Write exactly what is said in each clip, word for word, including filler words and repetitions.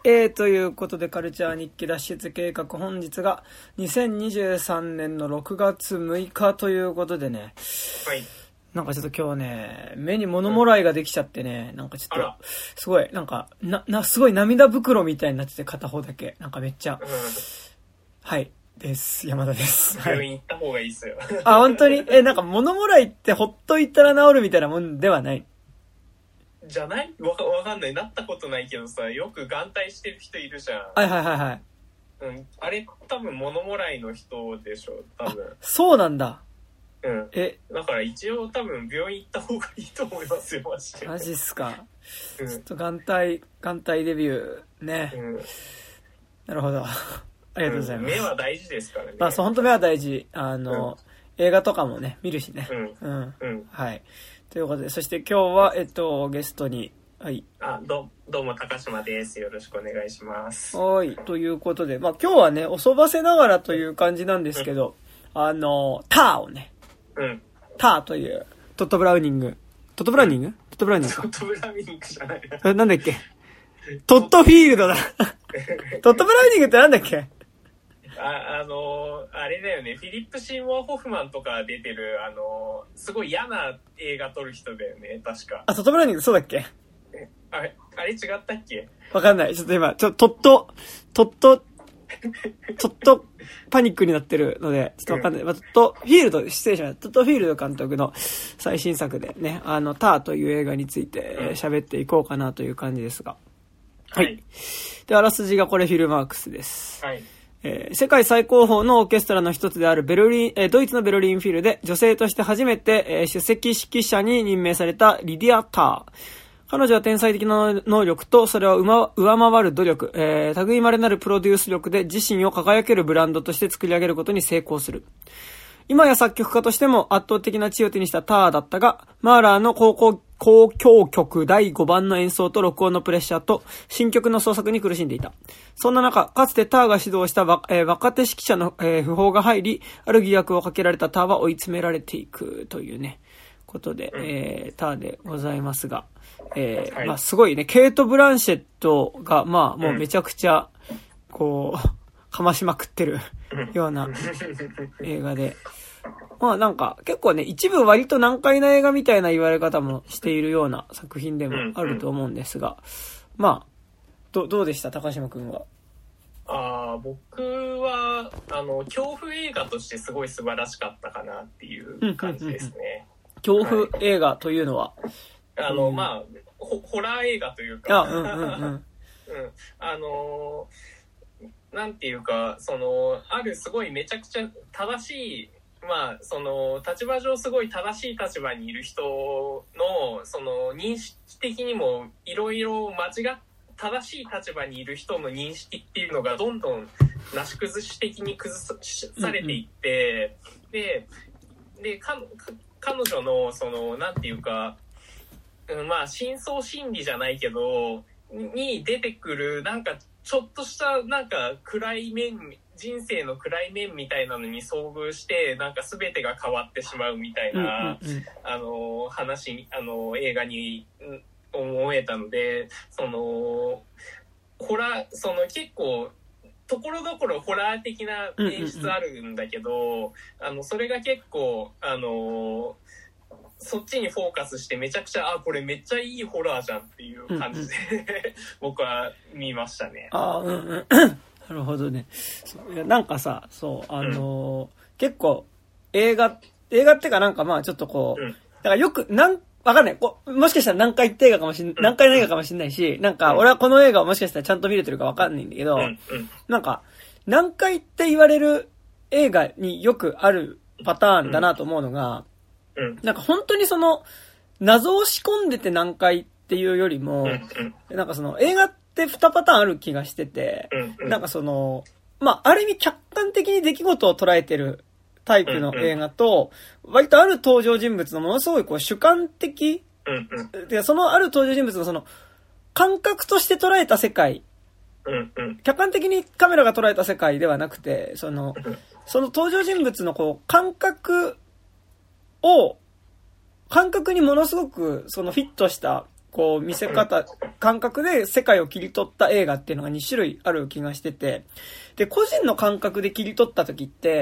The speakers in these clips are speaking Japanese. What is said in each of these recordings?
えー、ということでカルチャー日記脱出計画、本日がにせんにじゅうさんねんのろくがつむいかということでね、 はい、 なんかちょっと今日ね、目に物もらいができちゃってね、なんかちょっとすごいなんかななすごい涙袋みたいになってて、片方だけなんかめっちゃ、うん、はいです。山田です。 病院行った方がいいっすよ。 あ、本当に？え、なんか物もらいってほっといたら治るみたいなもんではない？ じゃないわか、わかんない。なったことないけどさ、よく眼帯してる人いるじゃん。 はいはいはいはい。 うん、あれ多分物もらいの人でしょ、多分。 そうなんだ。 うん。え、だから一応多分病院行った方がいいと思いますよ、マジで。 マジっすか。 うん、 ちょっと眼帯、眼帯デビューね。うん、なるほど。ありがとうございます。 うん、目は大事ですからね。 まあ、そう、本当目は大事。あの、うん、映画とかもね、見るしね。 うん。うん。うん、 はい。ということで、そして今日は、えっと、ゲストに、はい。 あ、ど、どうも、高島です。よろしくお願いします。 はい。ということで、まあ、今日はね、おそばせながらという感じなんですけど、うん、あの、ターをね、 うん。 ターという、トットブラウニング。トットブラウニング、うん、トットブラウニングか。 トットブラウニングじゃないな。なんだっけトットフィールドだ。トットブラウニングってなんだっけあ、あのー、あれだよね、フィリップ・シーモア・ホフマンとか出てる、あのー、すごい嫌な映画撮る人だよね、確か。 あ、トットブラウニング、そうだっけ？ あれ、あれ違ったっけ？ わかんない。ちょっと今、ちょ、トット、トット、ちょっとパニックになってるので、ちょっとわかんない。まあ、トットフィールド、失礼しました。トットフィールド監督の最新作でね、あの、ターという映画について喋っていこうかなという感じですが。はい。はい、で、あらすじがこれフィルマークスです。 はい。 えー、世界最高峰のオーケストラの一つであるベルリン、えー、ドイツのベルリンフィルで女性として初めて、えー、首席指揮者に任命されたリディア・ター。彼女は天才的な能力とそれを上回る努力、えー、類いまれなるプロデュース力で自身を輝けるブランドとして作り上げることに成功する。今や作曲家としても圧倒的な地位を手にしたターだったが、マーラーの高校交響曲だいごばんの演奏と録音のプレッシャーと新曲の創作に苦しんでいた。そんな中、かつてターが指導した、えー、若手指揮者の、えー、訃報が入り、ある疑惑をかけられたターは追い詰められていくというね、ことで、えー、ターでございますが、えーはい、まあすごいね、ケイト・ブランシェットが、まあもうめちゃくちゃ、こう、かましまくってるような映画で、まあなんか結構ね、一部割と難解な映画みたいな言われ方もしているような作品でもあると思うんですが、まあ、ど, どうでした高島くんは？ ああ、僕は、あの、恐怖映画としてすごい素晴らしかったかなっていう感じですね。 恐怖映画というのは、 はい、あの、うん、まあホ、ホラー映画というか、 あ、うんうんうん。うん、 あのー、なんていうか、その、あるすごいめちゃくちゃ正しい、まあ、その、立場上すごい正しい立場にいる人の、その、認識的にもいろいろ間違っ、正しい立場にいる人の認識っていうのがどんどんなし崩し的に崩されていって、うんうん、で、で、か、彼女の、その、なんていうか、うん、まあ、深層心理じゃないけど、に出てくる、なんか、ちょっとした、なんか、暗い面、人生の暗い面みたいなのに遭遇して、なんか全てが変わってしまうみたいな、うんうんうん、あの、話、あの、映画に思えたので、その、ホラー、その結構、ところどころホラー的な演出あるんだけど、うんうんうん、あの、それが結構、あの、そっちにフォーカスしてめちゃくちゃ、あ、これめっちゃいいホラーじゃんっていう感じで、うんうん、僕は見ましたね。 ああ、うんうん。なるほどね。いやなんかさ、そう、あのーうん、結構映画、映画ってかなんかまあちょっとこう、うん、だからよく、なん、わかんない。こもしかしたら何回言った映画かもしん、何回の映画かもしんないし、なんか俺はこの映画をもしかしたらちゃんと見れてるかわかんないんだけど、うんうん、なんか、何回って言われる映画によくあるパターンだなと思うのが、うん、なんか本当にその、謎を仕込んでて何回っていうよりも、うんうん、なんかその映画ってにパターンある気がしてて、うんうん、なんかその、まあ、ある意味客観的に出来事を捉えてるタイプの映画と、割とある登場人物のものすごいこう主観的、うんうん、でそのある登場人物のその感覚として捉えた世界、うんうん、客観的にカメラが捉えた世界ではなくて、その、その登場人物のこう感覚を、感覚にものすごくそのフィットしたこう見せ方、感覚で世界を切り取った映画っていうのがに種類ある気がしてて、で、個人の感覚で切り取った時って、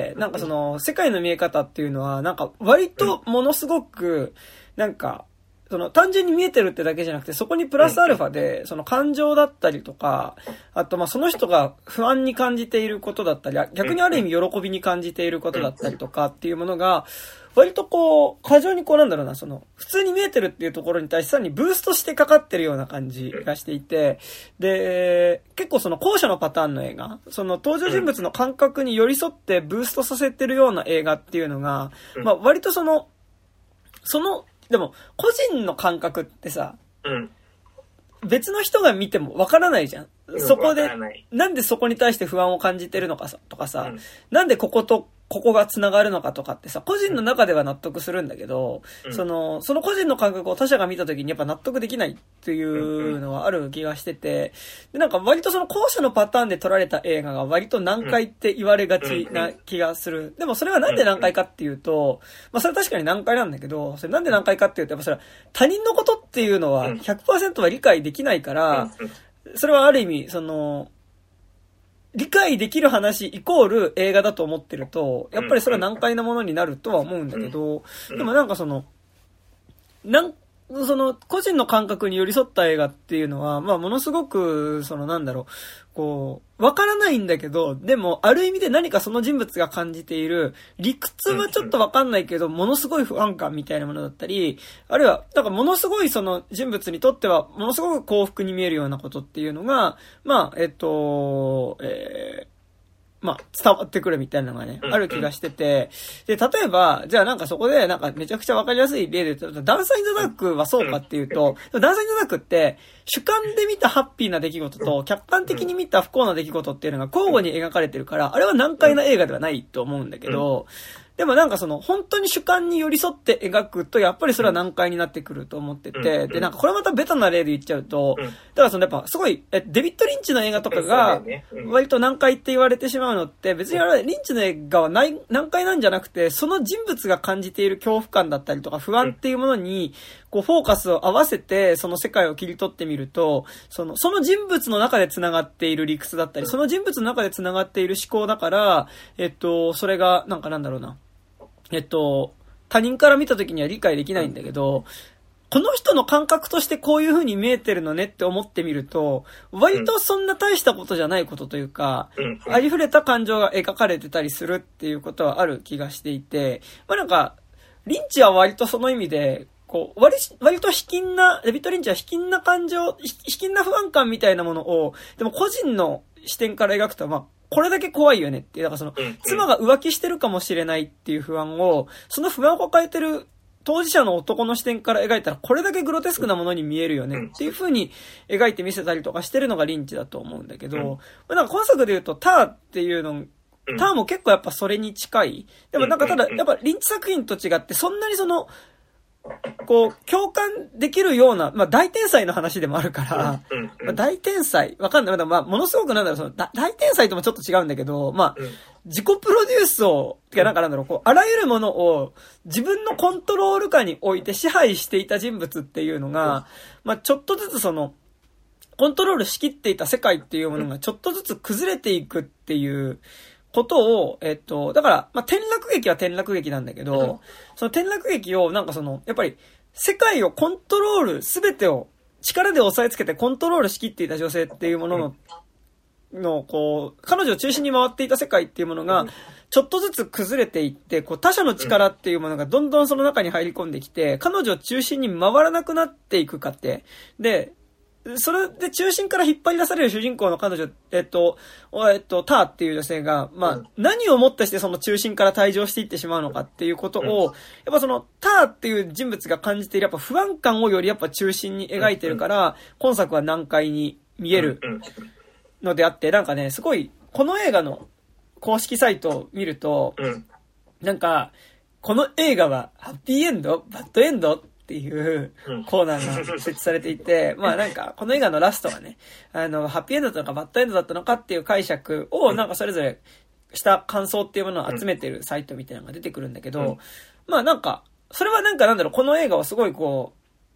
なんかその世界の見え方っていうのは、なんか割とものすごく、なんか、その単純に見えてるってだけじゃなくて、そこにプラスアルファで、その感情だったりとか、あとまあその人が不安に感じていることだったり、逆にある意味喜びに感じていることだったりとかっていうものが、割とこう、過剰にこうなんだろうな、その、普通に見えてるっていうところに対してさらにブーストしてかかってるような感じがしていて、で、結構その後者のパターンの映画、その登場人物の感覚に寄り添ってブーストさせてるような映画っていうのが、まあ割とその、その、でも、個人の感覚ってさ、 うん、 別の人が見てもわからないじゃん。そこで、なんでそこに対して不安を感じてるのかさ、とかさ、うん、なんでこことここが繋がるのかとかってさ、個人の中では納得するんだけど、うん、その、その個人の感覚を他者が見た時にやっぱ納得できないっていうのはある気がしてて、で、なんか割とその後者のパターンで撮られた映画が割と難解って言われがちな気がする。でもそれはなんで難解かっていうと、まあそれは確かに難解なんだけど、それなんで難解かっていうと、やっぱそれは他人のことっていうのは ひゃくパーセント は理解できないから、それはある意味、その、理解できる話イコール映画だと思ってると、やっぱりそれは難解なものになるとは思うんだけど、でもなんかその、なん、その、個人の感覚に寄り添った映画っていうのは、まあものすごく、そのなんだろう、こう、わからないんだけど、でもある意味で何かその人物が感じている、理屈はちょっとわかんないけど、ものすごい不安感みたいなものだったり、あるいは、だからものすごいその人物にとっては、ものすごく幸福に見えるようなことっていうのが、まあ、えっと、えー、まあ、伝わってくるみたいなのがね、ある気がしてて、で、例えば、じゃあなんかそこで、なんかめちゃくちゃわかりやすい例で言うと、ダンサーインザダークはそうかっていうと、ダンサーインザダークって、主観で見たハッピーな出来事と、客観的に見た不幸な出来事っていうのが交互に描かれてるから、あれは難解な映画ではないと思うんだけど、でもなんかその、本当に主観に寄り添って描くと、やっぱりそれは難解になってくると思ってて、で、なんかこれまたベタな例で言っちゃうと、だからそのやっぱすごい、え、デビッド・リンチの映画とかが、割と難解って言われてしまうのって、別にあれ、リンチの映画はない、難解なんじゃなくて、その人物が感じている恐怖感だったりとか、不安っていうものに、こう、フォーカスを合わせて、その世界を切り取ってみると、その、その人物の中で繋がっている理屈だったり、その人物の中で繋がっている思考だから、えっと、それが、なんかなんだろうな。えっと、他人から見た時には理解できないんだけど、この人の感覚としてこういう風に見えてるのねって思ってみると、割とそんな大したことじゃないことというか、ありふれた感情が描かれてたりするっていうことはある気がしていて、まあなんか、リンチは割とその意味で、こう、割、割と卑近な、デビッド・リンチは卑近な感情、卑近な不安感みたいなものを、でも個人の視点から描くと、まあ、これだけ怖いよねっていう、だからその、妻が浮気してるかもしれないっていう不安を、その不安を抱えてる当事者の男の視点から描いたら、これだけグロテスクなものに見えるよねっていう風に描いて見せたりとかしてるのがリンチだと思うんだけど、なんか今作で言うと、ターっていうの、ターも結構やっぱそれに近い。でもなんかただ、やっぱリンチ作品と違って、そんなにその、こう、共感できるような、まあ、大天才の話でもあるから、まあ、大天才、わかんない。まあ、ものすごくなんだろう、その、大天才ともちょっと違うんだけど、まあ、自己プロデュースを、てかなんかなんだろう、こう、あらゆるものを自分のコントロール下に置いて支配していた人物っていうのが、まあ、ちょっとずつその、コントロールしきっていた世界っていうものがちょっとずつ崩れていくっていう、ことを、えっと、だから、まあ、転落劇は転落劇なんだけど、その転落劇を、なんかその、やっぱり、世界をコントロール、すべてを力で押さえつけてコントロールしきっていた女性っていうものの、の、こう、彼女を中心に回っていた世界っていうものが、ちょっとずつ崩れていって、こう、他者の力っていうものがどんどんその中に入り込んできて、彼女を中心に回らなくなっていく過程。で、それで中心から引っ張り出される主人公の彼女、えっと、えっと、ターっていう女性が、まあ、何をもってしてその中心から退場していってしまうのかっていうことを、やっぱその、ターっていう人物が感じているやっぱ不安感をよりやっぱ中心に描いてるから、今作は難解に見えるのであって、なんかね、すごい、この映画の公式サイトを見ると、なんか、この映画はハッピーエンド？バッドエンド？っていうコーナーが設置されていて、まあなんかこの映画のラストがね、あのハッピーエンドだったのかバッドエンドだったのかっていう解釈をなんかそれぞれした感想っていうものを集めてるサイトみたいなのが出てくるんだけど、まあなんかそれはなんかなんだろう、この映画はすごいこ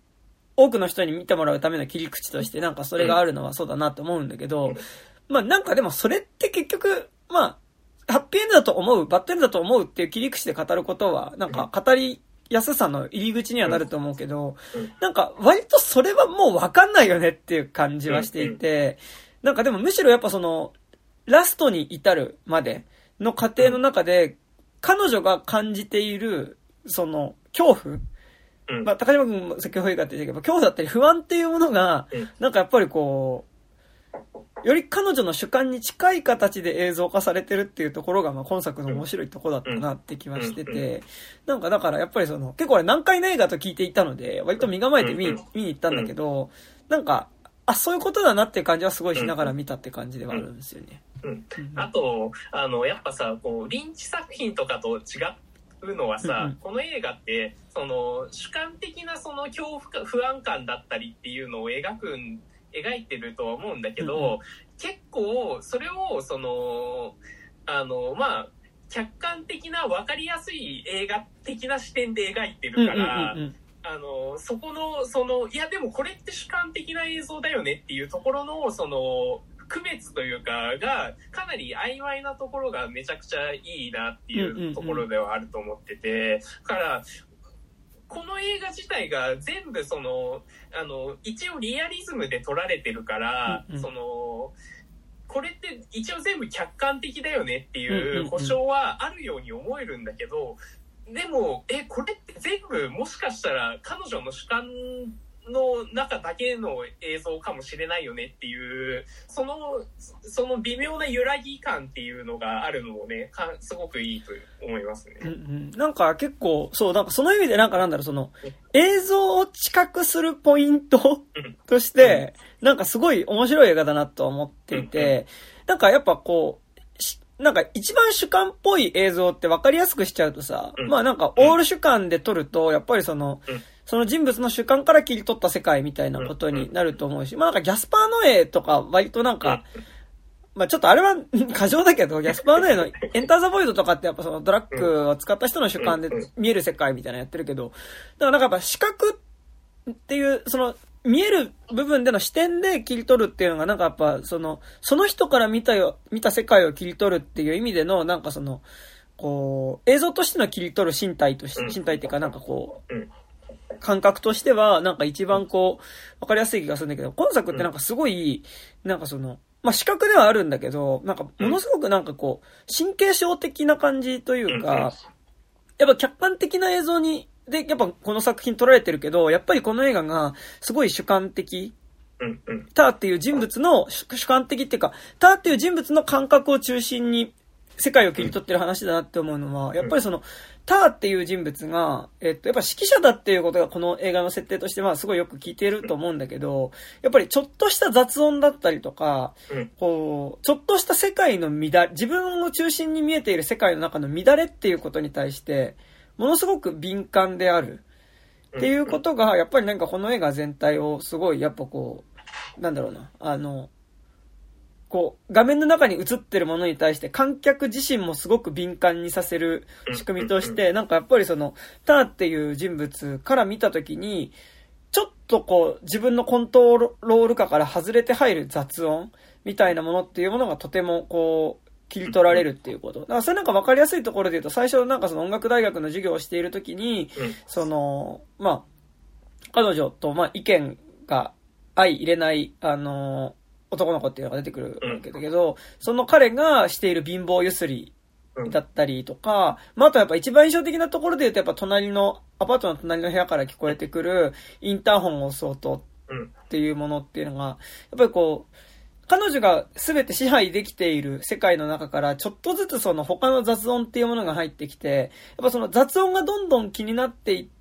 多くの人に見てもらうための切り口としてなんかそれがあるのはそうだなと思うんだけど、まあなんかでもそれって結局、まあ、ハッピーエンドだと思う、バッドエンドだと思うっていう切り口で語ることは、なんか語りやすさの入り口にはなると思うけど、なんか割とそれはもうわかんないよねっていう感じはしていて、なんかでもむしろやっぱその、ラストに至るまでの過程の中で、彼女が感じている、その、恐怖、まあ、高島君も先ほど言ったけど、恐怖だったり不安っていうものが、なんかやっぱりこう、より彼女の主観に近い形で映像化されてるっていうところが、まあ、今作の面白いところだったなって気はしてて、なんかだからやっぱりその、結構俺難解な映画と聞いていたので、割と身構えて見に、見に行ったんだけど、なんか、あ、そういうことだなっていう感じはすごいしながら見たって感じではあるんですよね。 うん。あと、あの、やっぱさ、こう、リンチ作品とかと違って、うのはさ、うんうん、この映画ってその主観的なその恐怖感不安感だったりっていうのを描く描いてるとは思うんだけど、うんうん、結構それをそのあのまあ客観的な分かりやすい映画的な視点で描いてるから、うんうんうんうん、あのそこのそのいやでもこれって主観的な映像だよねっていうところのその区別というかがかなり曖昧なところがめちゃくちゃいいなっていうところではあると思ってて、だからこの映画自体が全部そのあの一応リアリズムで撮られてるから、そのこれって一応全部客観的だよねっていう保証はあるように思えるんだけど、でもえこれって全部もしかしたら彼女の主観の中だけの映像かもしれないよねっていうそのその微妙な揺らぎ感っていうのがあるのもねかすごくいいと思いますね、 うんうん、なんか結構そうなんかその意味でなんかなんだろうその映像を知覚するポイントとして、うん、なんかすごい面白い映画だなと思っていて、うんうん、なんかやっぱこうなんか一番主観っぽい映像って分かりやすくしちゃうとさ、うん、まあなんかオール主観で撮るとやっぱりその、うんその人物の主観から切り取った世界みたいなことになると思うし、まあなんかギャスパーノエとか割となんか、まあちょっとあれは過剰だけど、ギャスパーノエのエンターザボイドとかってやっぱそのドラッグを使った人の主観で見える世界みたいなのやってるけど、だからなんかやっぱ視覚っていう、その見える部分での視点で切り取るっていうのがなんかやっぱその、その人から見たよ、見た世界を切り取るっていう意味でのなんかその、こう、映像としての切り取る身体として、身体っていうかなんかこう、感覚としては、なんか一番こう、わかりやすい気がするんだけど、今作ってなんかすごい、なんかその、まあ、視覚ではあるんだけど、なんかものすごくなんかこう、神経症的な感じというか、やっぱ客観的な映像に、で、やっぱこの作品撮られてるけど、やっぱりこの映画がすごい主観的、ターっていう人物の主観的っていうか、ターっていう人物の感覚を中心に世界を切り取ってる話だなって思うのは、やっぱりその、ターっていう人物が、えっと、やっぱ指揮者だっていうことがこの映画の設定としてはすごいよく聞いていると思うんだけど、やっぱりちょっとした雑音だったりとか、こう、ちょっとした世界の乱れ、自分を中心に見えている世界の中の乱れっていうことに対して、ものすごく敏感であるっていうことが、やっぱりなんかこの映画全体をすごいやっぱこう、なんだろうな、あの、こう、画面の中に映ってるものに対して観客自身もすごく敏感にさせる仕組みとして、なんかやっぱりその、ターっていう人物から見たときに、ちょっとこう、自分のコントロール下から外れて入る雑音みたいなものっていうものがとてもこう、切り取られるっていうこと。だからそれなんか分かりやすいところで言うと、最初なんかその音楽大学の授業をしているときに、その、まあ、彼女とまあ意見が相入れない、あの、男の子っていうのが出てくるわけだけど、うん、その彼がしている貧乏ゆすりだったりとか、うん、まあ、あとやっぱ一番印象的なところで言うとやっぱ隣の、アパートの隣の部屋から聞こえてくるインターホンを押す音っていうものっていうのが、やっぱりこう、彼女が全て支配できている世界の中からちょっとずつその他の雑音っていうものが入ってきて、やっぱその雑音がどんどん気になっていって、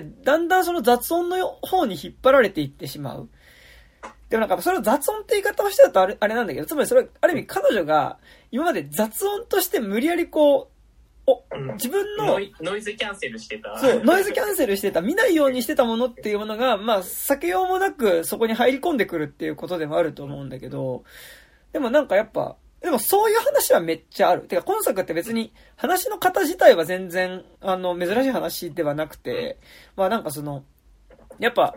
だんだんその雑音の方に引っ張られていってしまう。でもなんかそれを雑音って言い方をしてたとあれ、あれなんだけど、つまりそれはある意味彼女が今まで雑音として無理やりこう、お、自分の、 ノイ、ノイズキャンセルしてた。 そう、ノイズキャンセルしてた、見ないようにしてたものっていうものが、まあ、避けようもなくそこに入り込んでくるっていうことでもあると思うんだけど、でもなんかやっぱ、でもそういう話はめっちゃある。てか今作って別に話の型自体は全然、あの、珍しい話ではなくて、まあなんかその、やっぱ、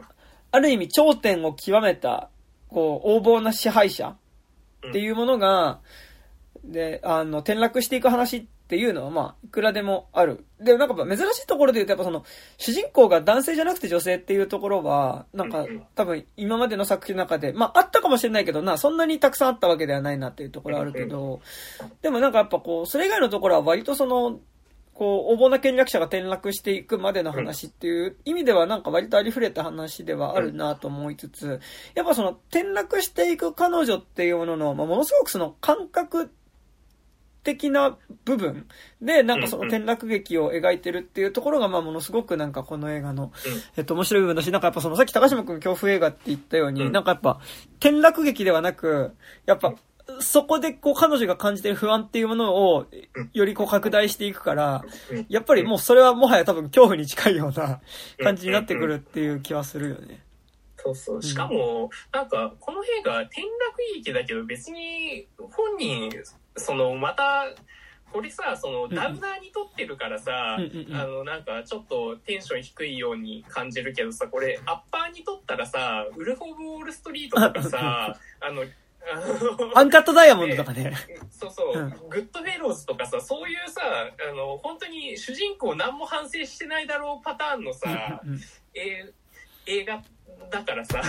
ある意味頂点を極めた、こう、横暴な支配者っていうものが、で、あの、転落していく話っていうのは、まあ、いくらでもある。で、なんか珍しいところで言うと、やっぱその、主人公が男性じゃなくて女性っていうところは、なんか、多分、今までの作品の中で、まあ、あったかもしれないけどな、そんなにたくさんあったわけではないなっていうところはあるけど、でもなんかやっぱこう、それ以外のところは割とその、こう、横暴な権力者が転落していくまでの話っていう意味ではなんか割とありふれた話ではあるなと思いつつ、やっぱその転落していく彼女っていうものの、まあ、ものすごくその感覚的な部分でなんかその転落劇を描いてるっていうところがまあものすごくなんかこの映画の、えっと面白い部分だし、なんかやっぱそのさっき高島くん恐怖映画って言ったように、なんかやっぱ転落劇ではなく、やっぱそこでこう彼女が感じてる不安っていうものをよりこう拡大していくから、やっぱりもうそれはもはや多分恐怖に近いような感じになってくるっていう気はするよね。 そうそう。しかも、なんかこの映画転落劇だけど別に本人そのまたこれさ、そのダウナーに撮ってるからさ、うんうん、あのなんかちょっとテンション低いように感じるけどさ、これアッパーに撮ったらさ、ウルフ・オブ・ウォール・ストリートとかさ、あのアンカットダイヤモンドとかね。 そうそう、うん、グッドフェローズとかさ、そういうさ、あの本当に主人公何も反省してないだろうパターンのさ、うんうん、えー、映画だからさ、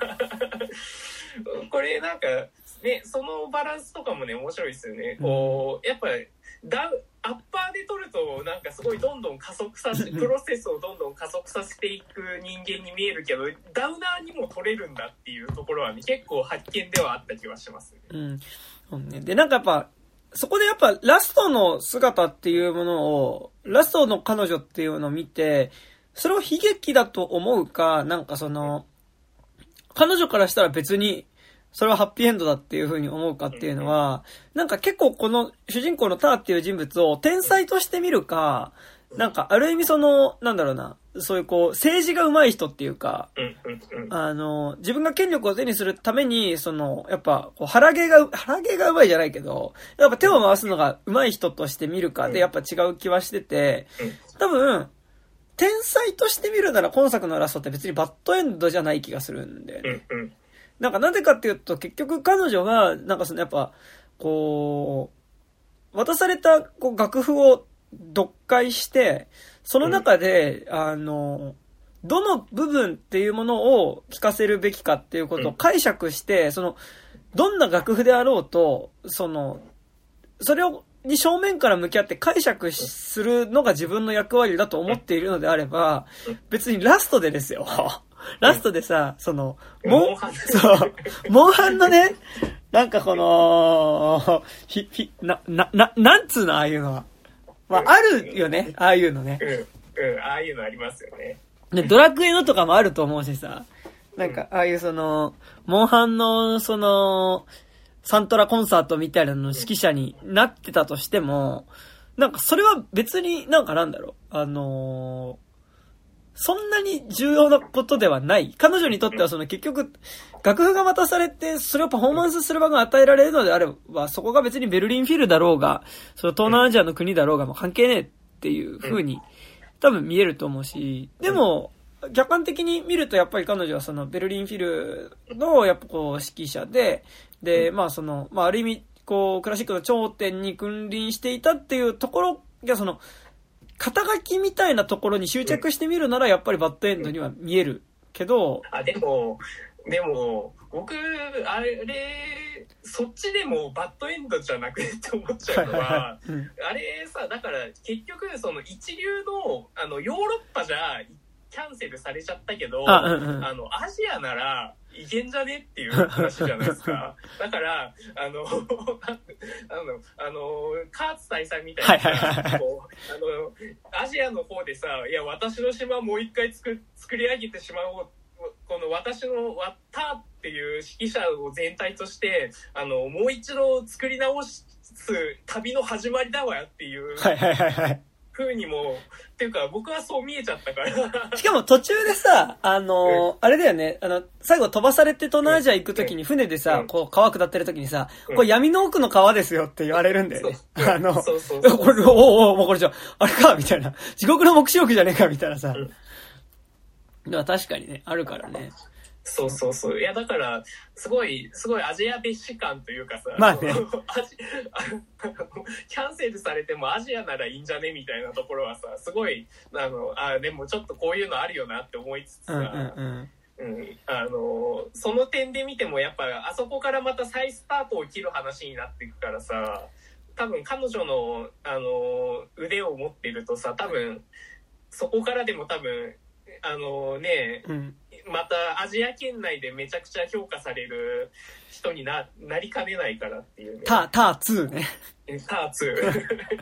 これなんかね、そのバランスとかもね面白いですよね。こうやっぱダウアッパーで撮るとなんかすごいどんどん加速させプロセスをどんどん加速させていく人間に見えるけど、ダウナーにも撮れるんだっていうところはね結構発見ではあった気はしますね。うん、 そうね。でなんかやっぱそこでやっぱラストの姿っていうものを、ラストの彼女っていうのを見て、それを悲劇だと思うか、なんかその彼女からしたら別にそれはハッピーエンドだっていう風に思うかっていうのは、なんか結構この主人公のターっていう人物を天才として見るか、なんかある意味その、なんだろうな、そういうこう、政治が上手い人っていうか、あの、自分が権力を手にするために、その、やっぱ、こう腹毛が、腹毛が上手いじゃないけど、やっぱ手を回すのが上手い人として見るかで、やっぱ違う気はしてて、多分、天才として見るなら今作のラストって別にバッドエンドじゃない気がするんで、ね。なんかなぜかっていうと結局彼女がなんかそのやっぱこう渡されたこう楽譜を読解してその中で、うん、あのどの部分っていうものを聞かせるべきかっていうことを解釈してそのどんな楽譜であろうとそのそれをに正面から向き合って解釈するのが自分の役割だと思っているのであれば別にラストでですよラストでさ、その、モン、そう、モンハンのね、なんかこの、ひ、ひ、な、な、な、なんつうの、ああいうのは。まあ、あるよね、ああいうのね。 うん、うん、ああいうのありますよね。 で、ドラクエのとかもあると思うしさ、なんか、ああいうその、モンハンの、その、サントラコンサートみたいなの指揮者になってたとしても、なんかそれは別になんかなんだろう、あのー、そんなに重要なことではない。彼女にとってはその結局、楽譜が渡されて、それをパフォーマンスする場が与えられるのであれば、そこが別にベルリンフィルだろうが、その東南アジアの国だろうが、もう関係ねえっていう風に多分見えると思うし、でも、客観的に見るとやっぱり彼女はそのベルリンフィルのやっぱこう指揮者で、で、まあその、まあある意味、こう、クラシックの頂点に君臨していたっていうところがその、肩書きみたいなところに執着してみるならやっぱりバッドエンドには見えるけど、 あでもでも僕あれそっちでもバッドエンドじゃなくてって思っちゃうのは、はいはいはいうん、あれさだから結局その一流のあのヨーロッパじゃキャンセルされちゃったけど、あ、うんうん、あのアジアならいけんじゃねっていう話じゃないですか。だからあのあのあのカーツ大佐みたいな、はいはい、こうあのアジアの方でさ、いや私の島もう一回作作り上げてしまおう。この私のワッターっていう指揮者を全体としてあのもう一度作り直す旅の始まりだわっていう。はいはいはいはい。風にもっていうか僕はそう見えちゃったからしかも途中でさあのーうん、あれだよねあの最後飛ばされて東南アジア行くときに船でさ、うん、こう川下ってるときにさ、うん、これ闇の奥の川ですよって言われるんだよね、うん、あのそうそうそうこれおおおもうこれじゃあれかみたいな地獄の黙示録じゃねえかみたいなさ、うん、 だから確かにね、あるからね。 そうそうそう。いや、だから、すごい、すごいアジア蔑視感というかさ、 まあね、 アジキャンセルされてもアジアならいいんじゃねみたいなところはさ、すごい、あの、あ、でもちょっとこういうのあるよなって思いつつさ、 うんうんうん、あの、その点で見てもやっぱ、あそこからまた再スタートを切る話になっていくからさ、多分彼女の、あの、腕を持ってるとさ、多分、そこからでも多分、あのね、うん、またアジア圏内でめちゃくちゃ評価される人に な, なりかねないからっていうね。 タターツーね。 ターツー。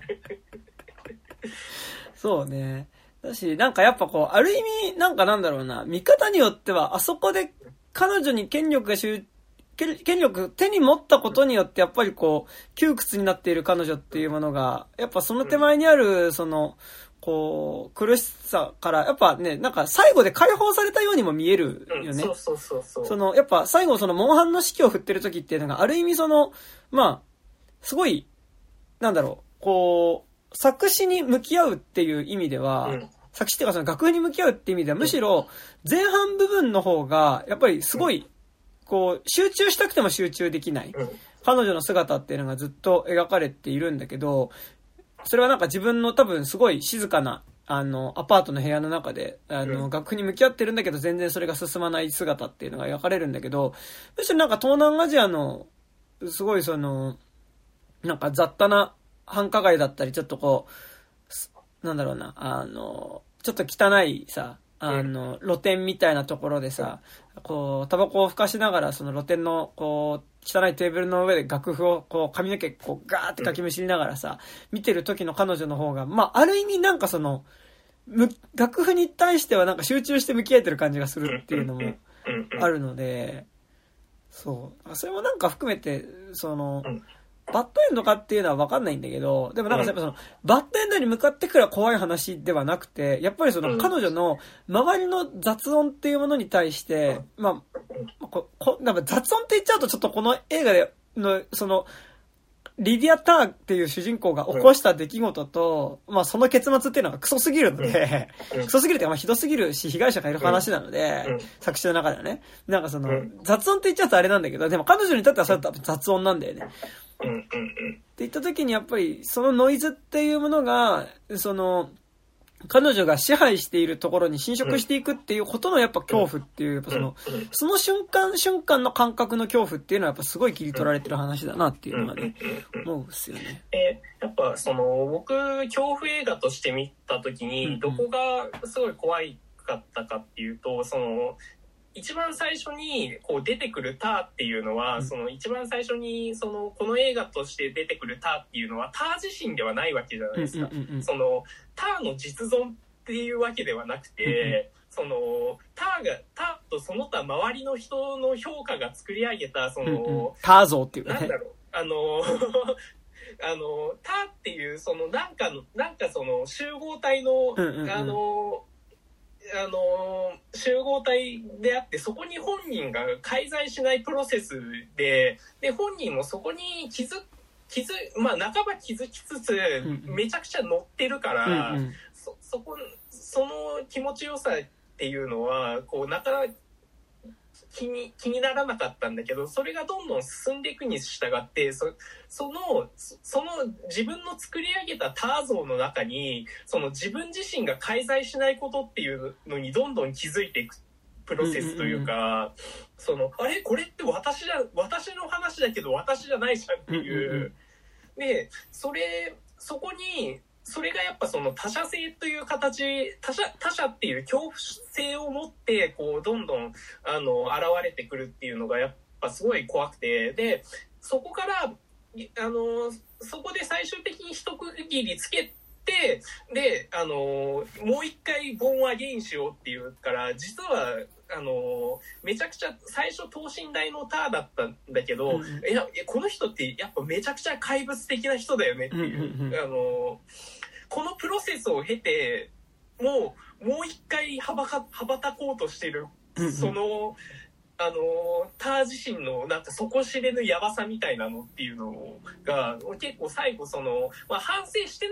そうね。だし、なんかやっぱこう、ある意味、なんかなんだろうな、見方によっては、あそこで彼女に権力が集、権力手に持ったことによってやっぱりこう、窮屈になっている彼女っていうものが、やっぱその手前にある、その、こう、苦しさから、やっぱね、なんか最後で解放されたようにも見えるよね。うん、 そうそうそうそう。 その、やっぱ最後そのモンハンの指揮を振ってる時っていうのが、ある意味その、まあ、すごい、なんだろう、こう、作詞に向き合うっていう意味では、うん、作詞っていうかその楽譜に向き合うっていう意味では、むしろ前半部分の方が、やっぱりすごい、こう、集中したくても集中できない。うん、彼女の姿っていうのがずっと描かれているんだけど、それはなんか自分の多分すごい静かな、あの、アパートの部屋の中で、あの、楽譜に向き合ってるんだけど、全然それが進まない姿っていうのが描かれるんだけど、むしろなんか東南アジアの、すごいその、なんか雑多な繁華街だったり、ちょっとこう、なんだろうな、あの、ちょっと汚いさ、あの、露店みたいなところでさ、こう、タバコをふかしながら、その露店の、こう、汚いテーブルの上で楽譜を、こう、髪の毛、こう、ガーってかきむしりながらさ、見てる時の彼女の方が、まあ、ある意味なんかその、む、楽譜に対してはなんか集中して向き合えてる感じがするっていうのもあるので、そう。それもなんか含めて、その、バッドエンドかっていうのは分かんないんだけど、でもなんかやっぱその、バッドエンドに向かってくる怖い話ではなくて、やっぱりその彼女の周りの雑音っていうものに対して、まあ、ここなんか雑音って言っちゃうとちょっとこの映画での、その、リディア・ターっていう主人公が起こした出来事と、まあその結末っていうのがクソすぎるので、クソすぎるっていうかまあひどすぎるし、被害者がいる話なので、作詞の中ではね。なんかその、雑音って言っちゃうとあれなんだけど、でも彼女にとってはそれは雑音なんだよね。って言った時にやっぱりそのノイズっていうものが、その、彼女が支配しているところに侵食していくっていうことのやっぱ恐怖っていう、やっぱその、その瞬間瞬間の感覚の恐怖っていうのはやっぱすごい切り取られてる話だなっていうのはね、思うんですよね。 えー、やっぱその、僕、恐怖映画として見た時に、どこがすごい怖かったかっていうと、その、一番最初にこう出てくるターっていうのは、うん、その一番最初にそのこの映画として出てくるターっていうのはター自身ではないわけじゃないですか。そのターの実存っていうわけではなくて、うんうん、そのターがターとその他周りの人の評価が作り上げたその、うんうん、 ター像っていうかね。 なんだろうあのあのターっていうそのなんかのなんかその集合体の、うんうんうん、あのあの集合体であってそこに本人が介在しないプロセスで、で本人もそこに気づ気づまあ半ば気づきつつめちゃくちゃ乗ってるから、うんうん、そそこその気持ちよさっていうのはこうなかなか気に気にならなかったんだけど、それがどんどん進んでいくに従ってそそのその自分の作り上げたター像の中にその自分自身が介在しないことっていうのにどんどん気づいていくプロセスというか、うんうんうん、そのあれこれって私だ私の話だけど私じゃないじゃんっていう、うんうんうん、でそれそこにそれがやっぱその他者性という形、他者、他者っていう恐怖性を持って、こう、どんどん、あの、現れてくるっていうのがやっぱすごい怖くて、で、そこから、あの、そこで最終的に一区切りつけて、で、あの、もう一回ボーンアゲインしようっていうから、実は、あの、めちゃくちゃ最初等身大のターだったんだけど、うん、いや、この人ってやっぱめちゃくちゃ怪物的な人だよねっていう、うんうんうん、あの、このプロセスを経て、もう、もう一回羽ばか、羽ばたこうとしてる、うんうん、その、あの、ター自身のなんか底知れぬやばさみたいなのっていうのが、結構最後その、まあ、反省してな、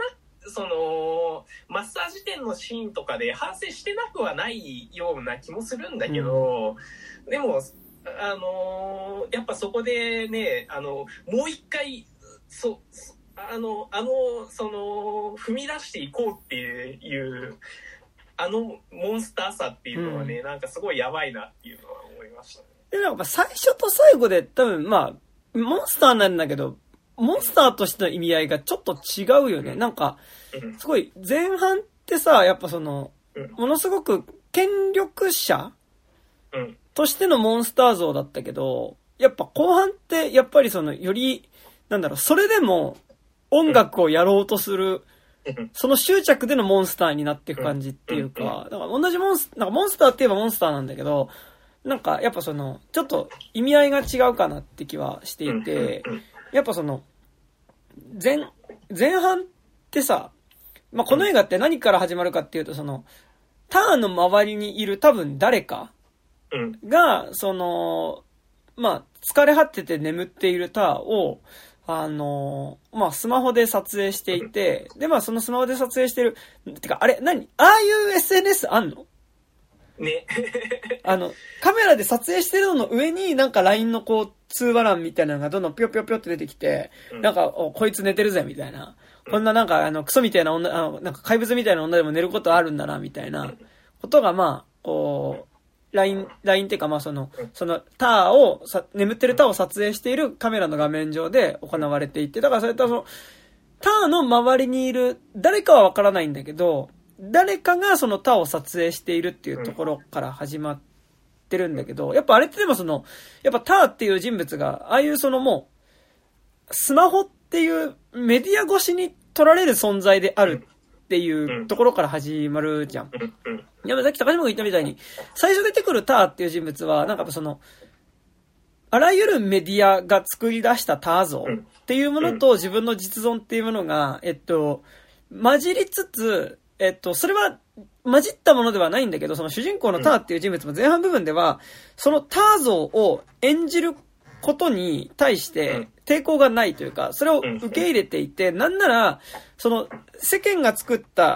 そのマッサージ店のシーンとかで反省してなくはないような気もするんだけど、うん、でもあのやっぱそこでね、あのもう一回そあのあのその踏み出していこうっていうあのモンスターさっていうのはね、うん、なんかすごいやばいなっていうのは思いましたね。 でなんか最初と最後で多分まあモンスターなんだけどモンスターとしての意味合いがちょっと違うよね、うん、なんかすごい前半ってさやっぱその、うん、ものすごく権力者、うん、としてのモンスター像だったけどやっぱ後半ってやっぱりそのよりなんだろうそれでも音楽をやろうとする、うん、その執着でのモンスターになっていく感じっていうか、だから同じモンスなんかモンスターって言えばモンスターなんだけどなんかやっぱそのちょっと意味合いが違うかなって気はしていて、やっぱその前前半ってさ、まあ、この映画って何から始まるかっていうとそのターンの周りにいる多分誰かがそのまあ疲れ果てて眠っているターをあのまあスマホで撮影していて、でまあそのスマホで撮影してるてかあれ何ああいう エスエヌエス あんのねあのカメラで撮影してるのの上になんか ライン のこう通話欄みたいなのがどんどんピョピョピョって出てきて、うん、なんかおこいつ寝てるぜみたいな、うん、こんななんかあのクソみたいな女あのなんか怪物みたいな女でも寝ることあるんだなみたいなことがまあこうライン、ライン っていうかまあその、そのターをさ、眠ってるターを撮影しているカメラの画面上で行われていて、だからそれとその、ターの周りにいる誰かはわからないんだけど、誰かがそのターを撮影しているっていうところから始まってるんだけど、やっぱあれってでもその、やっぱターっていう人物が、ああいうそのもう、スマホっていうメディア越しに撮られる存在であるっていうところから始まるじゃん。でもさっき高島が言ったみたいに、最初出てくるターっていう人物は、なんかその、あらゆるメディアが作り出したター像っていうものと自分の実存っていうものが、えっと、混じりつつ、えっと、それは混じったものではないんだけど、その主人公のターっていう人物も前半部分では、そのター像を演じることに対して抵抗がないというか、それを受け入れていて、なんなら、その世間が作った、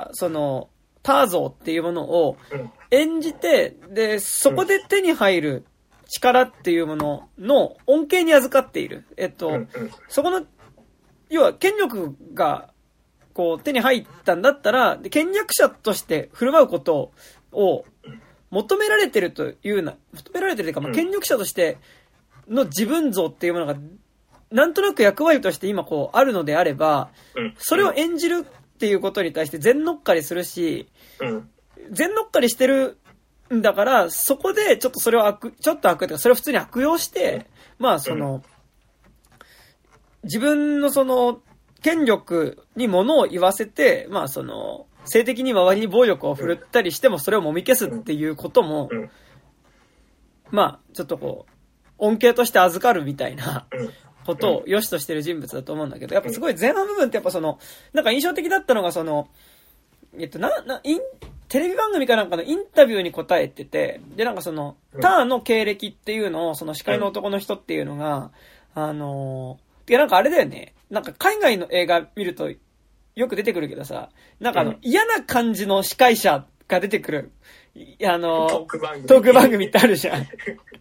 その、ター像っていうものを演じて、で、そこで手に入る力っていうものの恩恵に預かっている。えっと、そこの、要は権力が、こう手に入ったんだったら、権力者として振る舞うことを求められてるというな、求められてるというか、まあ、権力者としての自分像っていうものが、なんとなく役割として今こうあるのであれば、それを演じるっていうことに対して全乗っかりするし、全乗っかりしてるんだから、そこでちょっとそれを悪、ちょっと悪というか、それを普通に悪用して、まあその、自分のその、権力に物を言わせて、まあその、性的に周りに暴力を振るったりしてもそれをもみ消すっていうことも、まあちょっとこう、恩恵として預かるみたいなことを良しとしてる人物だと思うんだけど、やっぱすごい前半部分ってやっぱその、なんか印象的だったのがその、えっと、な、な、イン、テレビ番組かなんかのインタビューに答えてて、で、なんかその、ターの経歴っていうのを、その司会の男の人っていうのが、あのー、で、なんかあれだよね、なんか海外の映画見るとよく出てくるけどさ、なんかあの、嫌な感じの司会者が出てくる、あのー、トーク番組。トーク番組ってあるじゃん。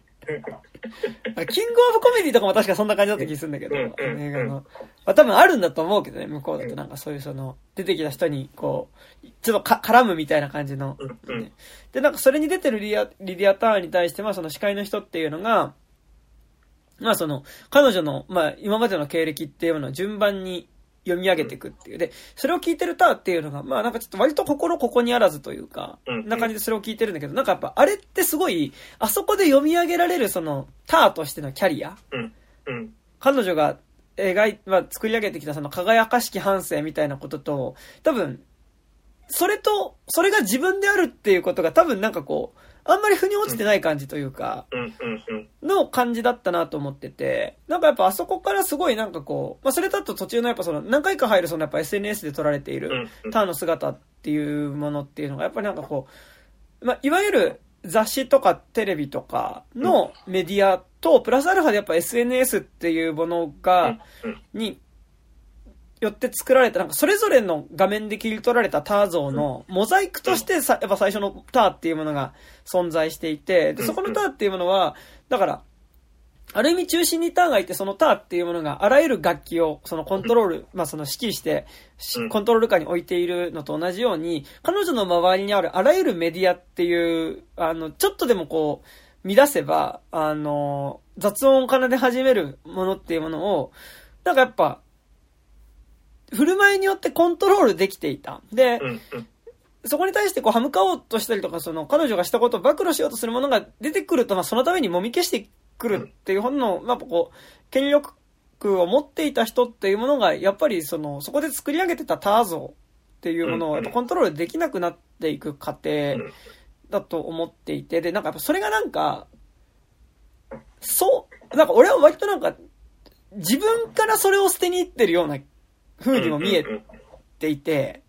キングオブコメディとかも確かそんな感じだった気するんだけど、映画の。まあ多分あるんだと思うけどね、向こうだとなんかそういうその、出てきた人にこう、ちょっとか絡むみたいな感じの、ね。で、なんかそれに出てるリア、リディアターンに対してはその司会の人っていうのが、まあその、彼女の、まあ今までの経歴っていうのを順番に読み上げていくっていう。で、それを聞いてるターっていうのが、まあなんかちょっと割と心ここにあらずというか、な感じでそれを聞いてるんだけど、なんかやっぱあれってすごい、あそこで読み上げられるその、ターとしてのキャリア、 うんうん、 彼女が描い、まあ作り上げてきたその輝かしき半生みたいなことと、多分、それと、それが自分であるっていうことが多分なんかこう、あんまり腑に落ちてない感じというか、の感じだったなと思ってて、なんかやっぱあそこからすごいなんかこう、まあそれだと途中のやっぱその何回か入るそのやっぱ エスエヌエス で撮られているターの姿っていうものっていうのがやっぱりなんかこう、まあいわゆる雑誌とかテレビとかのメディアとプラスアルファでやっぱ エスエヌエス っていうものが、に、 よって作られた、なんかそれぞれの画面で切り取られたター像のモザイクとしてさ、やっぱ最初のターっていうものが存在していて、で、そこのターっていうものは、だから、ある意味中心にターがいて、そのターっていうものがあらゆる楽器をそのコントロール、まあその指揮して、コントロール下に置いているのと同じように、彼女の周りにあるあらゆるメディアっていう、あの、ちょっとでもこう、乱せば、あの、雑音を奏で始めるものっていうものを、なんかやっぱ、振る舞いによってコントロールできていた。で、そこに対してこう歯向かおうとしたりとか、その彼女がしたことを暴露しようとするものが出てくると、まあそのためにもみ消してくるっていうほんの、まあこう、権力を持っていた人っていうものが、やっぱりその、そこで作り上げてたター像っていうものをやっぱコントロールできなくなっていく過程だと思っていて、で、なんかやっぱそれがなんか、そう、なんか俺は割となんか、自分からそれを捨てに行ってるような風にも見えていて、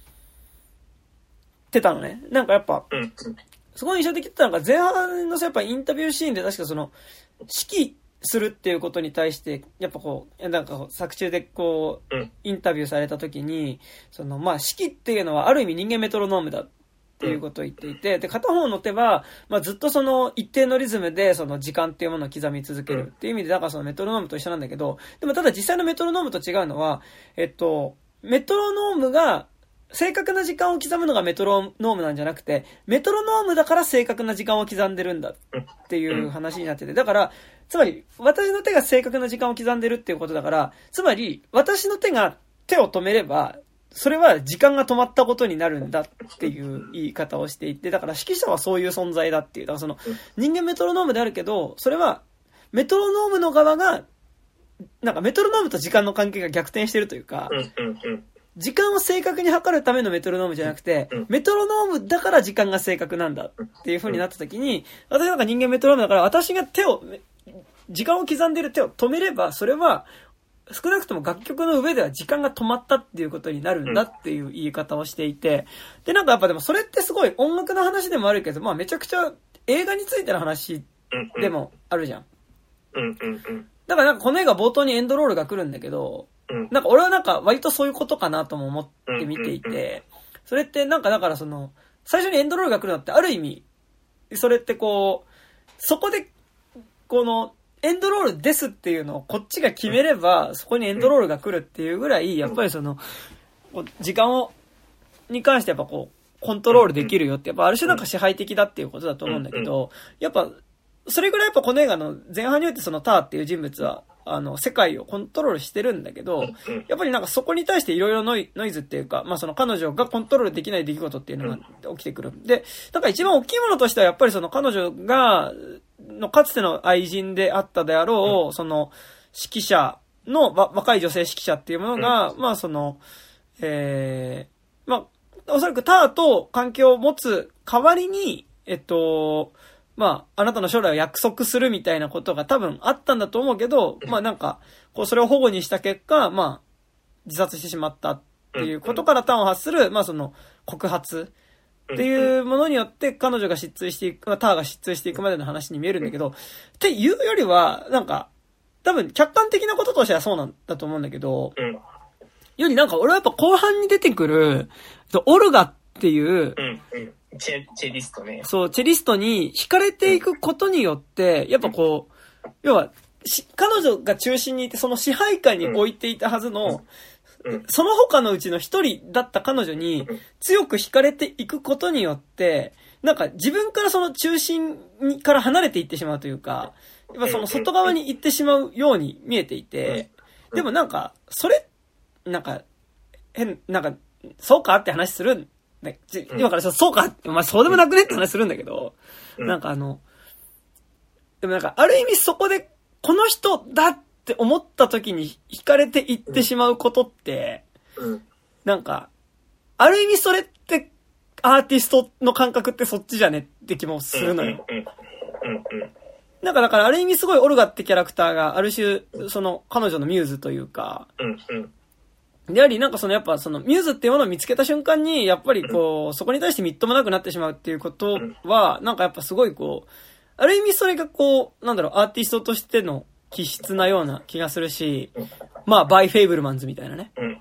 ってたのね。なんかやっぱ、すごい印象的だったのが前半のやっぱインタビューシーンで確かその、指揮するっていうことに対して、やっぱこう、なんか作中でこう、インタビューされた時に、そのまあ指揮っていうのはある意味人間メトロノームだっていうことを言っていて、で、片方の手は、まあずっとその一定のリズムでその時間っていうものを刻み続けるっていう意味で、だからそのメトロノームと一緒なんだけど、でもただ実際のメトロノームと違うのは、えっと、メトロノームが、正確な時間を刻むのがメトロノームなんじゃなくて、メトロノームだから正確な時間を刻んでるんだっていう話になってて、だから、つまり、私の手が正確な時間を刻んでるっていうことだから、つまり、私の手が手を止めれば、それは時間が止まったことになるんだっていう言い方をしていて、だから指揮者はそういう存在だっていう、だからその、人間メトロノームであるけど、それは、メトロノームの側が、なんかメトロノームと時間の関係が逆転してるというか、時間を正確に測るためのメトロノームじゃなくて、メトロノームだから時間が正確なんだっていう風になった時に、私なんか人間メトロノームだから私が手を、時間を刻んでる手を止めれば、それは少なくとも楽曲の上では時間が止まったっていうことになるんだっていう言い方をしていて、でなんかやっぱでもそれってすごい音楽の話でもあるけど、まあめちゃくちゃ映画についての話でもあるじゃん。だからなんかこの映画冒頭にエンドロールが来るんだけど、なんか俺はなんか割とそういうことかなとも思って見ていて、それってなんかだからその、最初にエンドロールが来るのってある意味、それってこう、そこで、この、エンドロールですっていうのをこっちが決めれば、そこにエンドロールが来るっていうぐらい、やっぱりその、時間を、に関してやっぱこう、コントロールできるよって、やっぱある種なんか支配的だっていうことだと思うんだけど、やっぱ、それぐらいやっぱこの映画の前半においてそのターっていう人物は、あの、世界をコントロールしてるんだけど、やっぱりなんかそこに対していろいろノイズっていうか、まあその彼女がコントロールできない出来事っていうのが起きてくる。で、なんか一番大きいものとしてはやっぱりその彼女が、のかつての愛人であったであろう、その指揮者の、若い女性指揮者っていうものが、まあその、えー、まあ、おそらくターと関係を持つ代わりに、えっと、まあ、あなたの将来を約束するみたいなことが多分あったんだと思うけど、まあなんか、こうそれを保護にした結果、まあ、自殺してしまったっていうことから端を発する、まあその、告発っていうものによって彼女が失墜していく、ターが失墜していくまでの話に見えるんだけど、っていうよりは、なんか、多分客観的なこととしてはそうなんだと思うんだけど、よりなんか俺はやっぱ後半に出てくる、オルガっていう、 チェ、チェリストね。 そう、チェリストに惹かれていくことによって、やっぱこう、要は、彼女が中心にいて、その支配下に置いていたはずの、その他のうちの一人だった彼女に強く惹かれていくことによって、なんか自分からその中心から離れていってしまうというか、やっぱその外側に行ってしまうように見えていて、でもなんか、それ、なんか、変、なんか、そうかって話するんね、今からそうかって、まあそうでもなくねって話するんだけど、うん、なんかあの、でもなんかある意味そこでこの人だって思った時に惹かれていってしまうことって、うん、なんか、ある意味それってアーティストの感覚ってそっちじゃねって気もするのよ。なんかだからある意味すごいオルガってキャラクターがある種その彼女のミューズというか、であり、なんかそのやっぱそのミューズっていうものを見つけた瞬間に、やっぱりこう、そこに対してみっともなくなってしまうっていうことは、なんかやっぱすごいこう、ある意味それがこう、なんだろう、アーティストとしての気質なような気がするし、まあ、バイ・フェイブルマンズみたいなね。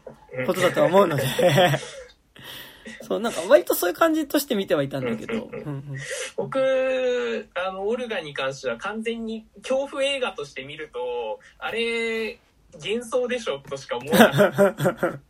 ことだとは思うのでそう、なんか割とそういう感じとして見てはいたんだけど、うんうん、 僕あのオルガに関しては完全に恐怖映画として見るとあれ幻想でしょとしか思わなかったもう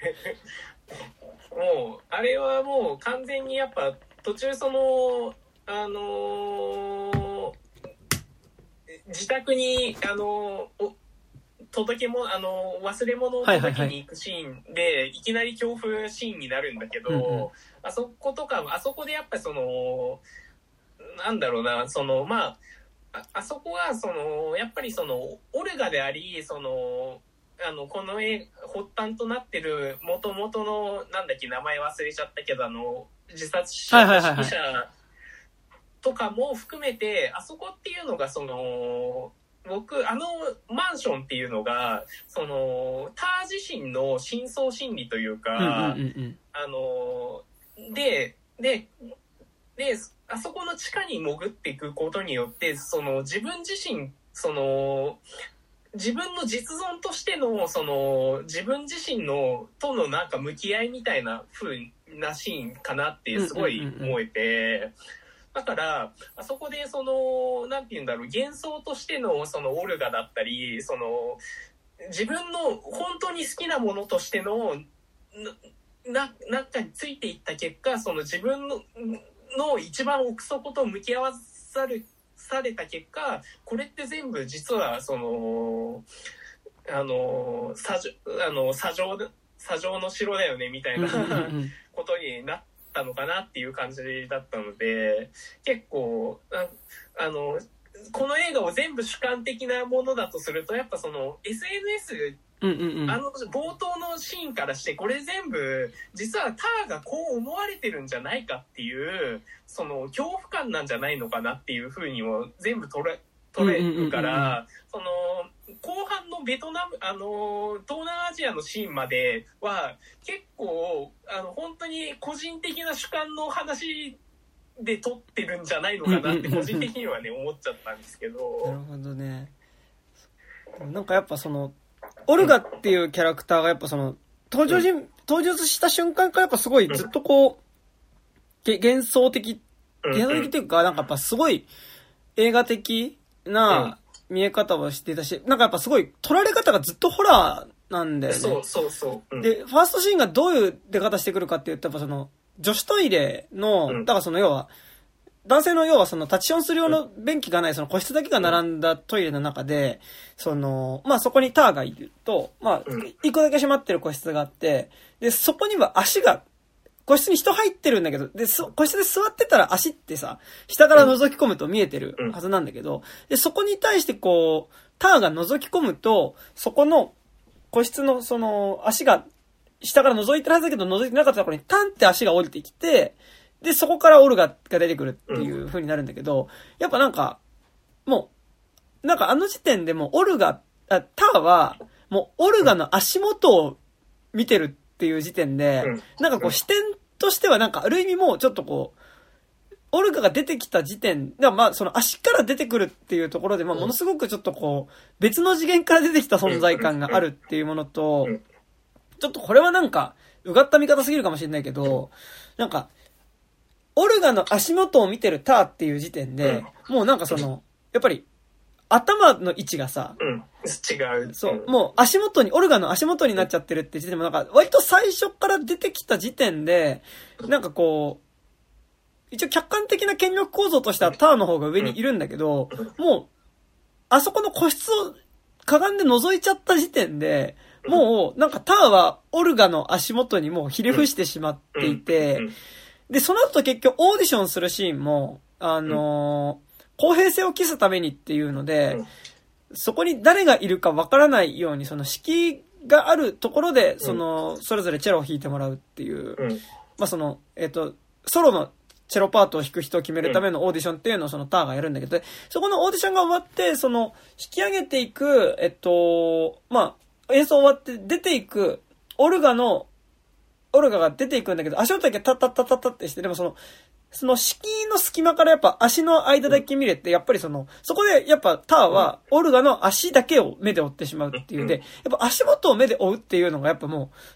あれはもう完全にやっぱ途中そのあのー、自宅にあのー届けもあの忘れ物を届けに行くシーンで、はいはいはい、いきなり恐怖シーンになるんだけど、うんうん、あそことかあそこでやっぱりそのなんだろうなそのまあ あ, あそこはそのやっぱりそのオルガでありそのあのこの絵発端となってる元々のなんだっけ名前忘れちゃったけどあの自殺者の指揮者とかも含めてあそこっていうのがその僕あのマンションっていうのがそのター自身の深層心理というか、うんうんうんうん、あのででであそこの地下に潜っていくことによってその自分自身その自分の実存としてのその自分自身のとのなんか向き合いみたいな風なシーンかなってすごい思えて。うんうんうんうんだからあそこでそのなんて言うんだろう幻想としてのそのオルガだったりその自分の本当に好きなものとしてのななんかについていった結果その自分のの一番奥底と向き合わされされた結果これって全部実はそのあの砂あの砂上砂上の城だよねみたいなことになって。のかなっていう感じだったので結構 あ, あのこの映画を全部主観的なものだとするとやっぱその エスエヌエス、 うんうんうん、 あの冒頭のシーンからしてこれ全部実はターがこう思われてるんじゃないかっていうその恐怖感なんじゃないのかなっていう風にも全部取れ取れるから、うんうんうんうん、その後半のベトナムあの東南アジアのシーンまでは結構あの本当に個人的な主観の話で撮ってるんじゃないのかなって個人的にはね思っちゃったんですけど。 なるほどね。なんかやっぱそのオルガっていうキャラクターがやっぱその登場人、うん、登場した瞬間からやっぱすごいずっとこう、うん、幻想的幻想的っていうかなんかやっぱすごい映画的な見え方をしていたし、なんかやっぱすごい撮られ方がずっとホラーなんだよね。 そうそうそう。うん、 で、ファーストシーンがどういう出方してくるかって言ったらやっぱその女子トイレの、うん、だからその要は男性の要はその立ちションする用の便器がないその個室だけが並んだトイレの中で、そのまあそこにターがいると、まあ一個だけ閉まってる個室があって、でそこには足が個室に人入ってるんだけど、で、個室で座ってたら足ってさ、下から覗き込むと見えてるはずなんだけど、で、そこに対してこう、ターが覗き込むと、そこの個室のその足が下から覗いてるはずだけど覗いてなかったところにタンって足が降りてきて、で、そこからオルガが出てくるっていう風になるんだけど、やっぱなんか、もう、なんかあの時点でもうオルガ、あターは、もうオルガの足元を見てるっていう時点で、なんかこう視点としてはなんかある意味もうちょっとこう、オルガが出てきた時点ではまあその足から出てくるっていうところで、まあものすごくちょっとこう、別の次元から出てきた存在感があるっていうものと、ちょっとこれはなんか、うがった見方すぎるかもしれないけど、なんか、オルガの足元を見てるターっていう時点で、もうなんかその、やっぱり、頭の位置がさ、 うん、違う。 そう、もう足元に、オルガの足元になっちゃってるって時点でもなんか、割と最初から出てきた時点で、なんかこう、一応客観的な権力構造としてはターの方が上にいるんだけど、もう、あそこの個室をかがんで覗いちゃった時点で、もう、なんかターはオルガの足元にもうひれ伏してしまっていて、で、その後結局オーディションするシーンも、あのー、公平性を期すためにっていうので、そこに誰がいるかわからないように、その敷居があるところで、その、それぞれチェロを弾いてもらうっていう、まあその、えっと、ソロのチェロパートを弾く人を決めるためのオーディションっていうのをそのターがやるんだけど、そこのオーディションが終わって、その、引き上げていく、えっと、まあ、演奏終わって出ていく、オルガの、オルガが出ていくんだけど、足音だけタッタッタッタッタってして、でもその、その敷居の隙間からやっぱ足の間だけ見れて、やっぱりその、そこでやっぱターはオルガの足だけを目で追ってしまうっていうで、やっぱ足元を目で追うっていうのがやっぱも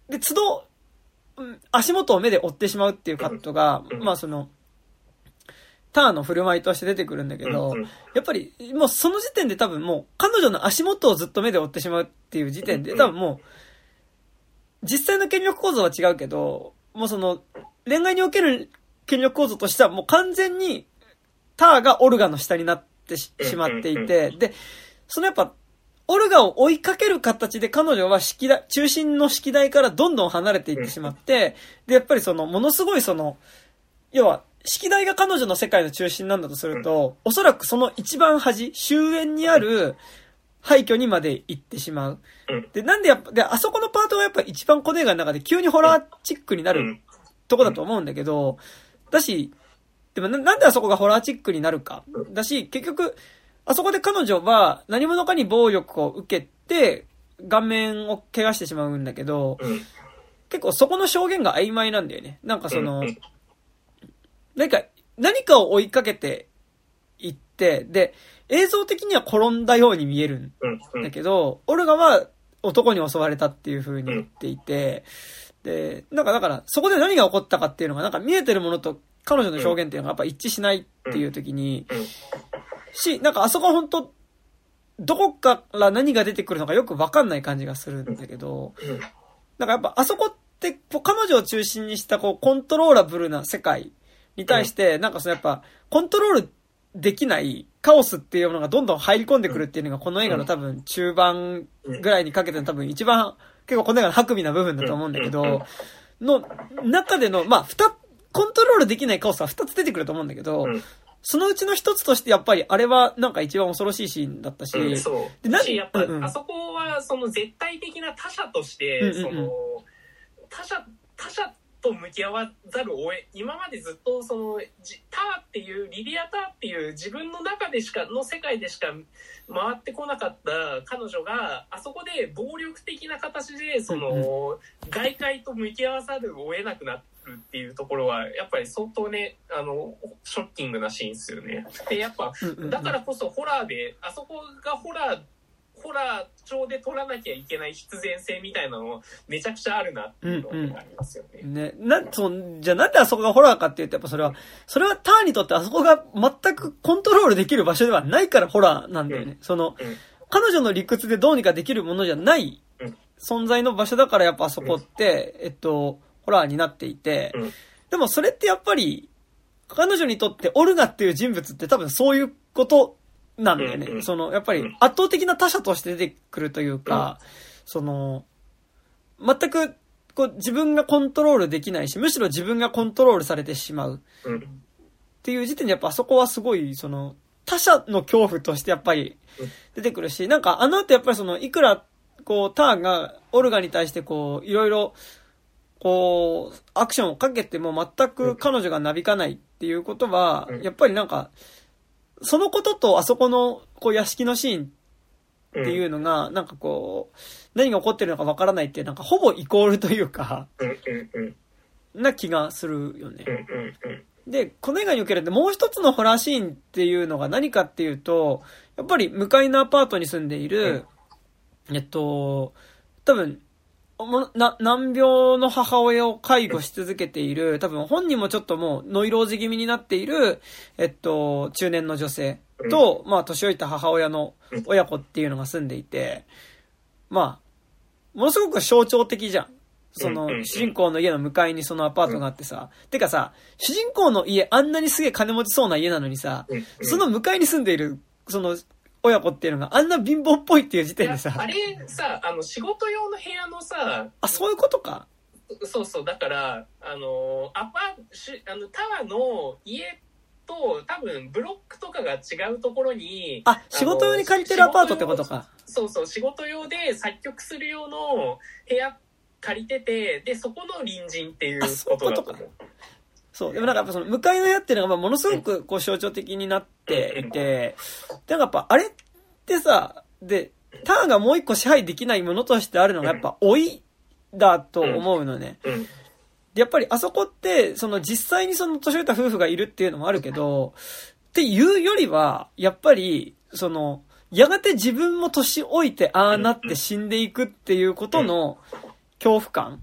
で、都度、足元を目で追ってしまうっていうカットが、まあその、ターの振る舞いとして出てくるんだけど、やっぱり、もうその時点で多分もう、彼女の足元をずっと目で追ってしまうっていう時点で、多分もう、実際の権力構造は違うけど、もうその、恋愛における権力構造としてはもう完全に、ターがオルガの下になってしまっていて、で、そのやっぱ、オルガを追いかける形で彼女は式台、中心の式台からどんどん離れていってしまって、で、やっぱりその、ものすごいその、要は、式台が彼女の世界の中心なんだとすると、おそらくその一番端、終焉にある廃墟にまで行ってしまう。で、なんでやっぱ、で、あそこのパートがやっぱ一番この映画の中で急にホラーチックになるとこだと思うんだけど、だし、でもな、なんであそこがホラーチックになるか。だし、結局、あそこで彼女は何者かに暴力を受けて、顔面を怪我してしまうんだけど、結構そこの証言が曖昧なんだよね。なんかその、何か、何かを追いかけていって、で、映像的には転んだように見えるんだけど、オルガは男に襲われたっていう風に言っていて、で、なんかだから、そこで何が起こったかっていうのが、なんか見えてるものと彼女の証言っていうのがやっぱ一致しないっていう時に、し、なんかあそこは本当どこから何が出てくるのかよくわかんない感じがするんだけど、なんかやっぱあそこって彼女を中心にしたこうコントローラブルな世界に対して、なんかそのやっぱコントロールできないカオスっていうものがどんどん入り込んでくるっていうのがこの映画の多分中盤ぐらいにかけての多分一番結構この映画の巧みな部分だと思うんだけど、の中での、まあ、二、コントロールできないカオスは二つ出てくると思うんだけど、そのうちの一つとしてやっぱりあれはなんか一番恐ろしいシーンだったし、 うん、そう。でし、やっぱ、うんうん、あそこはその絶対的な他者として、うんうんうん、その、他者、他者と向き合わざるを得、今までずっとその、ターっていう、リディアターっていう自分の中でしか、の世界でしか回ってこなかった彼女が、あそこで暴力的な形で、その、うんうん、外界と向き合わざるを得なくなって、っていうところはやっぱり相当ね、あのショッキングなシーンですよね。でやっぱだからこそホラーであそこがホラーホラー調で撮らなきゃいけない必然性みたいなのめちゃくちゃあるなっていうのがありますよね。 うんうん、ね、なそじゃあなんであそこがホラーかっていうとやっぱそれはそれはターにとってあそこが全くコントロールできる場所ではないからホラーなんだよね。うん、その、うん、彼女の理屈でどうにかできるものじゃない存在の場所だからやっぱあそこって、うん、えっと。ホラーになっていて、うん、でもそれってやっぱり彼女にとってオルガっていう人物って多分そういうことなんだよね。うんうん、そのやっぱり圧倒的な他者として出てくるというか、うん、その全くこう自分がコントロールできないし、むしろ自分がコントロールされてしまうっていう時点でやっぱあそこはすごいその他者の恐怖としてやっぱり出てくるし、なんかあの後やっぱりそのいくらこうターンがオルガに対してこういろいろこう、アクションをかけても全く彼女がなびかないっていうことは、やっぱりなんか、そのこととあそこのこう屋敷のシーンっていうのが、なんかこう、何が起こってるのかわからないって、なんかほぼイコールというか、な気がするよね。で、この映画におけるもう一つのホラーシーンっていうのが何かっていうと、やっぱり向かいのアパートに住んでいる、えっと、多分、な難病の母親を介護し続けている、多分本人もちょっともうノイローゼ気味になっている、えっと、中年の女性と、まあ、年老いた母親の親子っていうのが住んでいて、まあ、ものすごく象徴的じゃん。その、主人公の家の向かいにそのアパートがあってさ、てかさ、主人公の家あんなにすげえ金持ちそうな家なのにさ、その向かいに住んでいる、その、親子っていうのがあんな貧乏っぽいっていう時点でさ、 あれさ、あの仕事用の部屋のさ、 あ、そういうことか。 そうそう、だからあのアパあのタワーの家と多分ブロックとかが違うところに、 あ、仕事用に借りてるアパートってことか。 そうそう、仕事用で作曲する用の部屋借りてて、でそこの隣人っていうことだと思う。 そう。でもなんかやっぱその向かいの家っていうのがものすごくこう象徴的になっていて、で、なんかやっぱあれってさ、で、ターンがもう一個支配できないものとしてあるのがやっぱ老いだと思うのね。で、やっぱりあそこって、その実際にその年老いた夫婦がいるっていうのもあるけど、っていうよりは、やっぱり、その、やがて自分も年老いてああなって死んでいくっていうことの恐怖感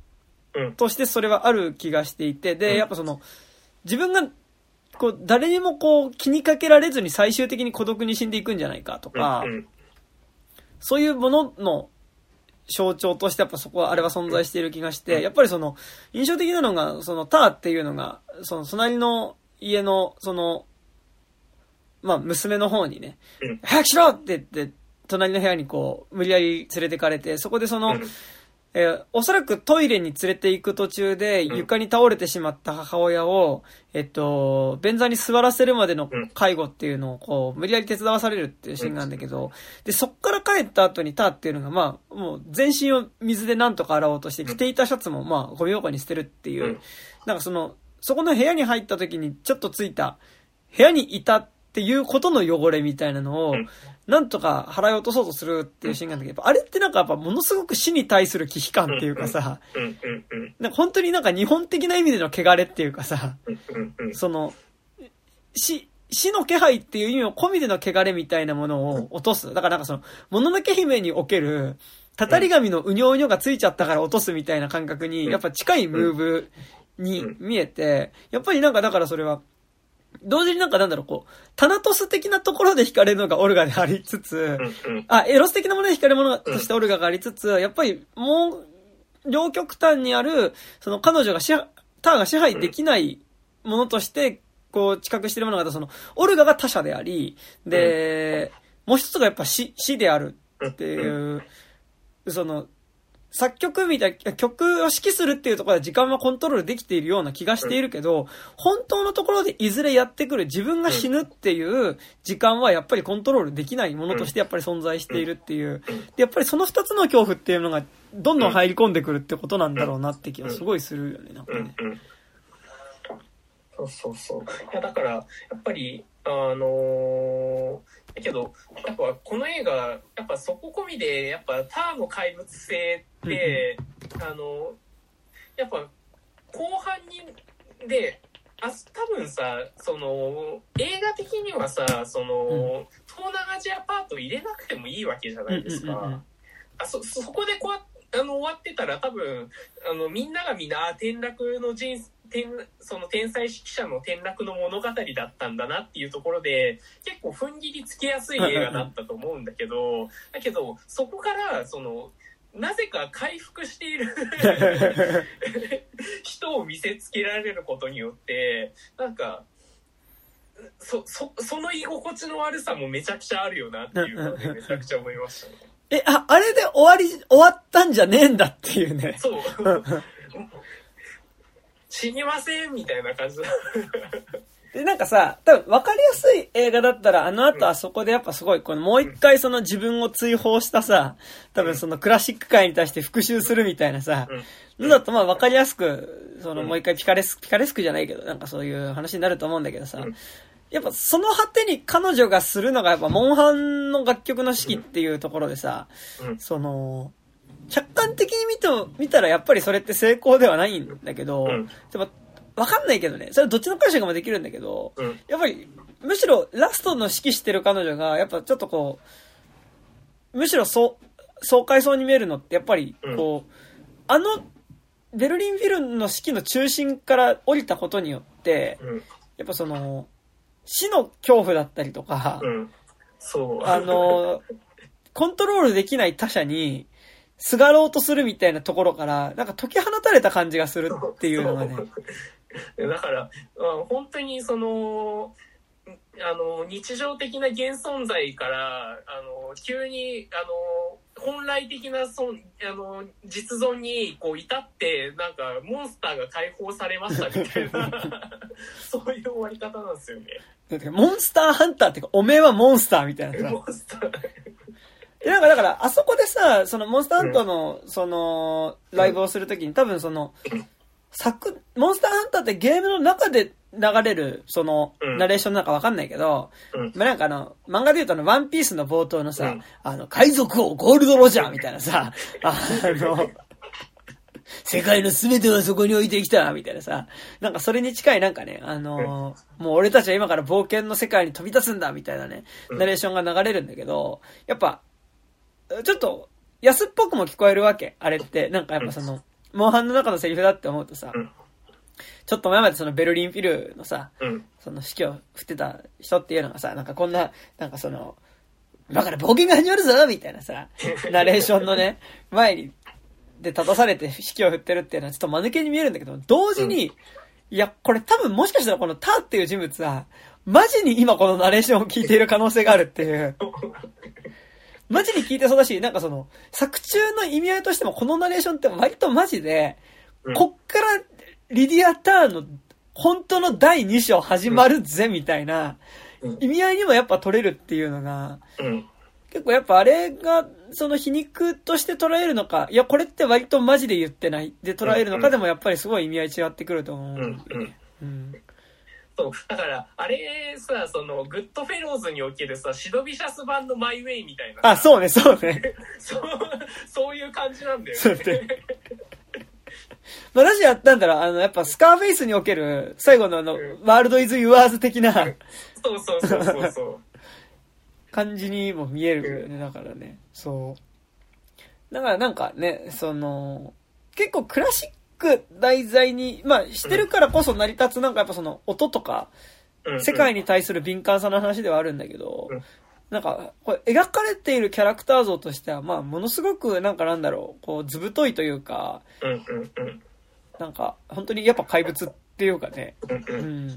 としてそれはある気がしていて、で、やっぱその、自分が、こう、誰にもこう、気にかけられずに最終的に孤独に死んでいくんじゃないかとか、そういうものの象徴としてやっぱそこは、あれは存在している気がして、やっぱりその、印象的なのが、その、ターっていうのが、その、隣の家の、その、まあ、娘の方にね、早くしろって言って、隣の部屋にこう、無理やり連れてかれて、そこでその、えー、おそらくトイレに連れて行く途中で床に倒れてしまった母親を、えっと、便座に座らせるまでの介護っていうのをこう、無理やり手伝わされるっていうシーンなんだけど、で、そっから帰った後にターっていうのが、まあ、もう全身を水でなんとか洗おうとして、着ていたシャツもまあ、ゴミ箱に捨てるっていう、なんかその、そこの部屋に入った時にちょっとついた、部屋にいたっていうことの汚れみたいなのを、なんとか払い落とそうとするっていうシーンなんだけど、あれってなんかやっぱものすごく死に対する危機感っていうかさ、なんか本当になんか日本的な意味での汚れっていうかさ、その、死、死の気配っていう意味を込みでの汚れみたいなものを落とす。だからなんかその、もののけ姫における、たたり神のうにょうにょがついちゃったから落とすみたいな感覚に、やっぱ近いムーブに見えて、やっぱりなんかだからそれは、同時になんかなんだろう、こう、タナトス的なところで惹かれるのがオルガでありつつ、あ、エロス的なもので惹かれるものとしてオルガがありつつ、やっぱりもう、両極端にある、その彼女が支配、ターが支配できないものとして、こう、知覚しているものが、その、オルガが他者であり、で、もう一つがやっぱ死、死であるっていう、その、作曲みたいな、曲を指揮するっていうところで時間はコントロールできているような気がしているけど、本当のところでいずれやってくる自分が死ぬっていう時間はやっぱりコントロールできないものとしてやっぱり存在しているっていう。で、やっぱりその二つの恐怖っていうのがどんどん入り込んでくるってことなんだろうなって気はすごいするよね、なんかね。 そうそうそう。いや、だから、やっぱり、あのー、だけど、やっぱこの映画、やっぱそこ込みで、やっぱターの怪物性って、うんうん、あの、やっぱ後半に、で、あ、多分さ、その、映画的にはさ、その、うん、東南アジアパート入れなくてもいいわけじゃないですか。うんうんうん、あそ、そこでこう、あの、終わってたら多分、あの、みんながみんな、転落の人生、天その天才指揮者の転落の物語だったんだなっていうところで結構踏ん切りつけやすい映画だったと思うんだけどだけどそこからそのなぜか回復している人を見せつけられることによってなんかそそその居心地の悪さもめちゃくちゃあるよなっていうのでめちゃくちゃ思いましたね。 えああれで終わり終わったんじゃねえんだっていうね。 そう死にませんみたいな感じだで、なんかさ、多分分かりやすい映画だったら、あの後あそこでやっぱすごい、このもう一回その自分を追放したさ、多分そのクラシック界に対して復讐するみたいなさ、のだとまあ分かりやすく、そのもう一回ピカレスク、ピカレスクじゃないけど、なんかそういう話になると思うんだけどさ、やっぱその果てに彼女がするのがやっぱモンハンの楽曲の指揮っていうところでさ、その、客観的に見て見たらやっぱりそれって成功ではないんだけど、うん、やっぱ分かんないけどね、それどっちの解釈もできるんだけど、うん、やっぱりむしろラストの指揮してる彼女がやっぱちょっとこうむしろそう爽快そうに見えるのってやっぱりこう、うん、あのベルリンフィルの指揮の中心から降りたことによって、うん、やっぱその死の恐怖だったりとか、うん、そうあのコントロールできない他者にすがろうとするみたいなところからなんか解き放たれた感じがするっていうのがね。 だから、まあ、本当にそのあの日常的な現存在からあの急にあの本来的なそあの実存にこう至ってなんかモンスターが解放されましたみたいなそういう終わり方なんですよね。 モンスターハンターっていうかおめえはモンスターみたいなさ。モンスターでなんかだからあそこでさそのモンスターハンターのそのライブをするときに多分その作モンスターハンターってゲームの中で流れるそのナレーションなんかわかんないけど、まあなんかあの漫画で言うとあのワンピースの冒頭のさあの海賊王ゴールドロジャーみたいなさあの世界の全てはそこに置いてきたみたいなさなんかそれに近いなんかねあのもう俺たちは今から冒険の世界に飛び立つんだみたいなねナレーションが流れるんだけどやっぱちょっと安っぽくも聞こえるわけあれってなんかやっぱそのモンハンの中のセリフだって思うとさ、うん、ちょっと前までそのベルリンフィルのさ、うん、その指揮を振ってた人っていうのがさ、なんかこんな、なんかその、だから冒険が始まるぞみたいなさ、ナレーションのね、前に、で立たされて指揮を振ってるっていうのはちょっと間抜けに見えるんだけど、同時に、うん、いや、これ多分もしかしたらこのターっていう人物は、マジに今このナレーションを聞いている可能性があるっていう。マジに聞いてそうだし、なんかその、作中の意味合いとしてもこのナレーションって割とマジで、うん、こっからリディア・ターンの本当のだいに章始まるぜみたいな意味合いにもやっぱ取れるっていうのが、うん、結構やっぱあれがその皮肉として捉えるのか、いやこれって割とマジで言ってないで捉えるのかでもやっぱりすごい意味合い違ってくると思う。うんうんうんそうだからあれさ、そのグッドフェローズにおけるさシドビシャス版のマイウェイみたいな、 あ、そうねそうねそうそういう感じなんだよね。 そうねまあ、ラジやったんだら、あの、やっぱスカーフェイスにおける最後のあの、うん、ワールドイズユアーズ的なそうそうそうそうそう感じにも見えるよね。だからね、そうだからなんかね、その結構クラシック題材に、まあ、してるからこそ成り立つ、なんかやっぱその音とか、世界に対する敏感さの話ではあるんだけど、なんか、これ描かれているキャラクター像としては、まあ、ものすごく、なんかなんだろう、こう、ずぶといというか、なんか、本当にやっぱ怪物っていうかね、うん。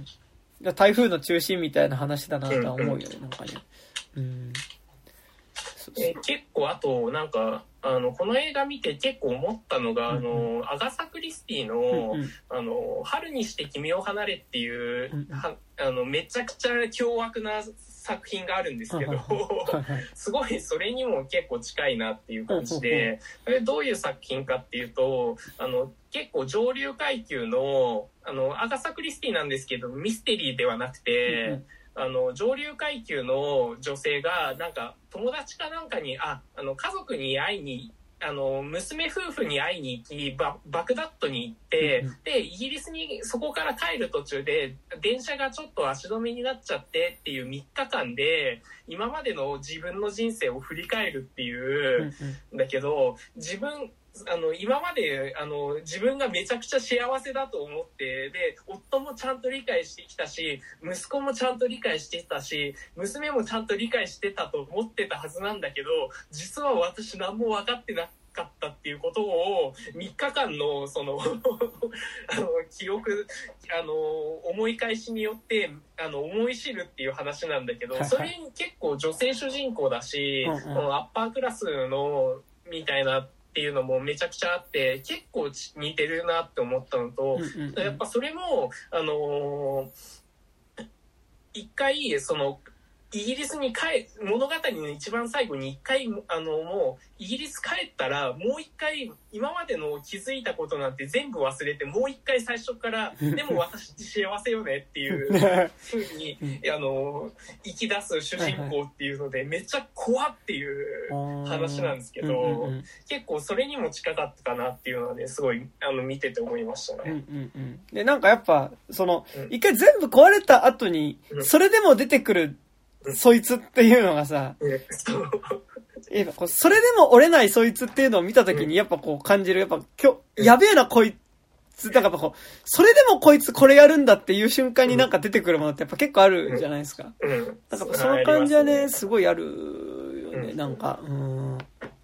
台風の中心みたいな話だなとは思うよね、なんかね。うん。 え結構あとなんかあのこの映画見て結構思ったのが、うん、あのアガサ・クリスティの、うん、あの春にして君を離れっていう、うん、はあのめちゃくちゃ凶悪な作品があるんですけどすごいそれにも結構近いなっていう感じで、それどういう作品かっていうと、あの結構上流階級のあのアガサ・クリスティなんですけどミステリーではなくて、うんあの上流階級の女性がなんか友達かなんかにああの家族に会いにあの娘夫婦に会いに行きババグダッドに行って、うん、でイギリスにそこから帰る途中で電車がちょっと足止めになっちゃってっていうみっかかんで今までの自分の人生を振り返るっていうんだけど、自分あの今まであの自分がめちゃくちゃ幸せだと思ってで夫もちゃんと理解してきたし息子もちゃんと理解してたし娘もちゃんと理解してたと思ってたはずなんだけど実は私何も分かってなかったっていうことをみっかかんのそのあの記憶あの思い返しによってあの思い知るっていう話なんだけどそれに結構女性主人公だしこのアッパークラスのみたいなっていうのもめちゃくちゃあって結構似てるなって思ったのと、うんうんうん、やっぱそれもあのー、一回そのイギリスに帰物語の一番最後に一回あのもうイギリス帰ったらもう一回今までの気づいたことなんて全部忘れてもう一回最初からでも私幸せよねっていう風にあの生き出す主人公っていうのでめっちゃ怖っていう話なんですけど結構それにも近かったかなっていうのはねすごいあの見てて思いましたね。 うんうんうん、でなんかやっぱその、うん、一回全部壊れた後にそれでも出てくるそいつっていうのがさ、やっぱこうそれでも折れないそいつっていうのを見たときにやっぱこう感じるやっぱ今日やべえなこいつだからこうそれでもこいつこれやるんだっていう瞬間になんか出てくるものってやっぱ結構あるじゃないですか。なんかその感じはねすごいあるよねなんかうん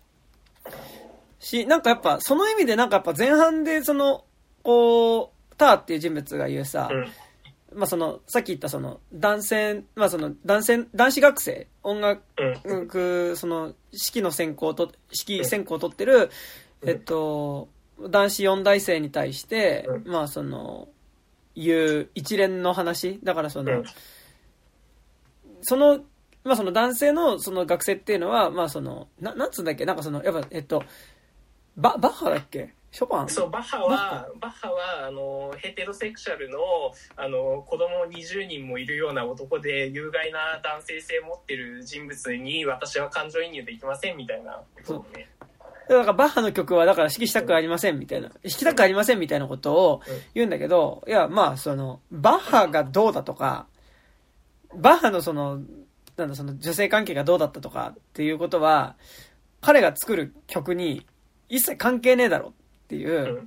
しなんかやっぱその意味でなんかやっぱ前半でそのこうターっていう人物が言うさ。まあそのさっき言ったその男性まあその男性男子学生音楽その指揮の専攻と指揮専攻を取ってるえっと男子四大生に対してまあその言う一連の話だからそのそのまあその男性のその学生っていうのはまあそのななんつうんだっけなんかそのやっぱえっとババッハだっけショパンそうバッハはバッハはあのヘテロセクシャルのあの子供にじゅうにんもいるような男で有害な男性性を持ってる人物に私は感情移入できませんみたいなことをね。 だからバッハの曲はだから指揮したくありませんみたいな、弾きたくありませんみたいなことを言うんだけど、いやまあそのバッハがどうだとかバッハのそのなんだその女性関係がどうだったとかっていうことは彼が作る曲に一切関係ねえだろっていう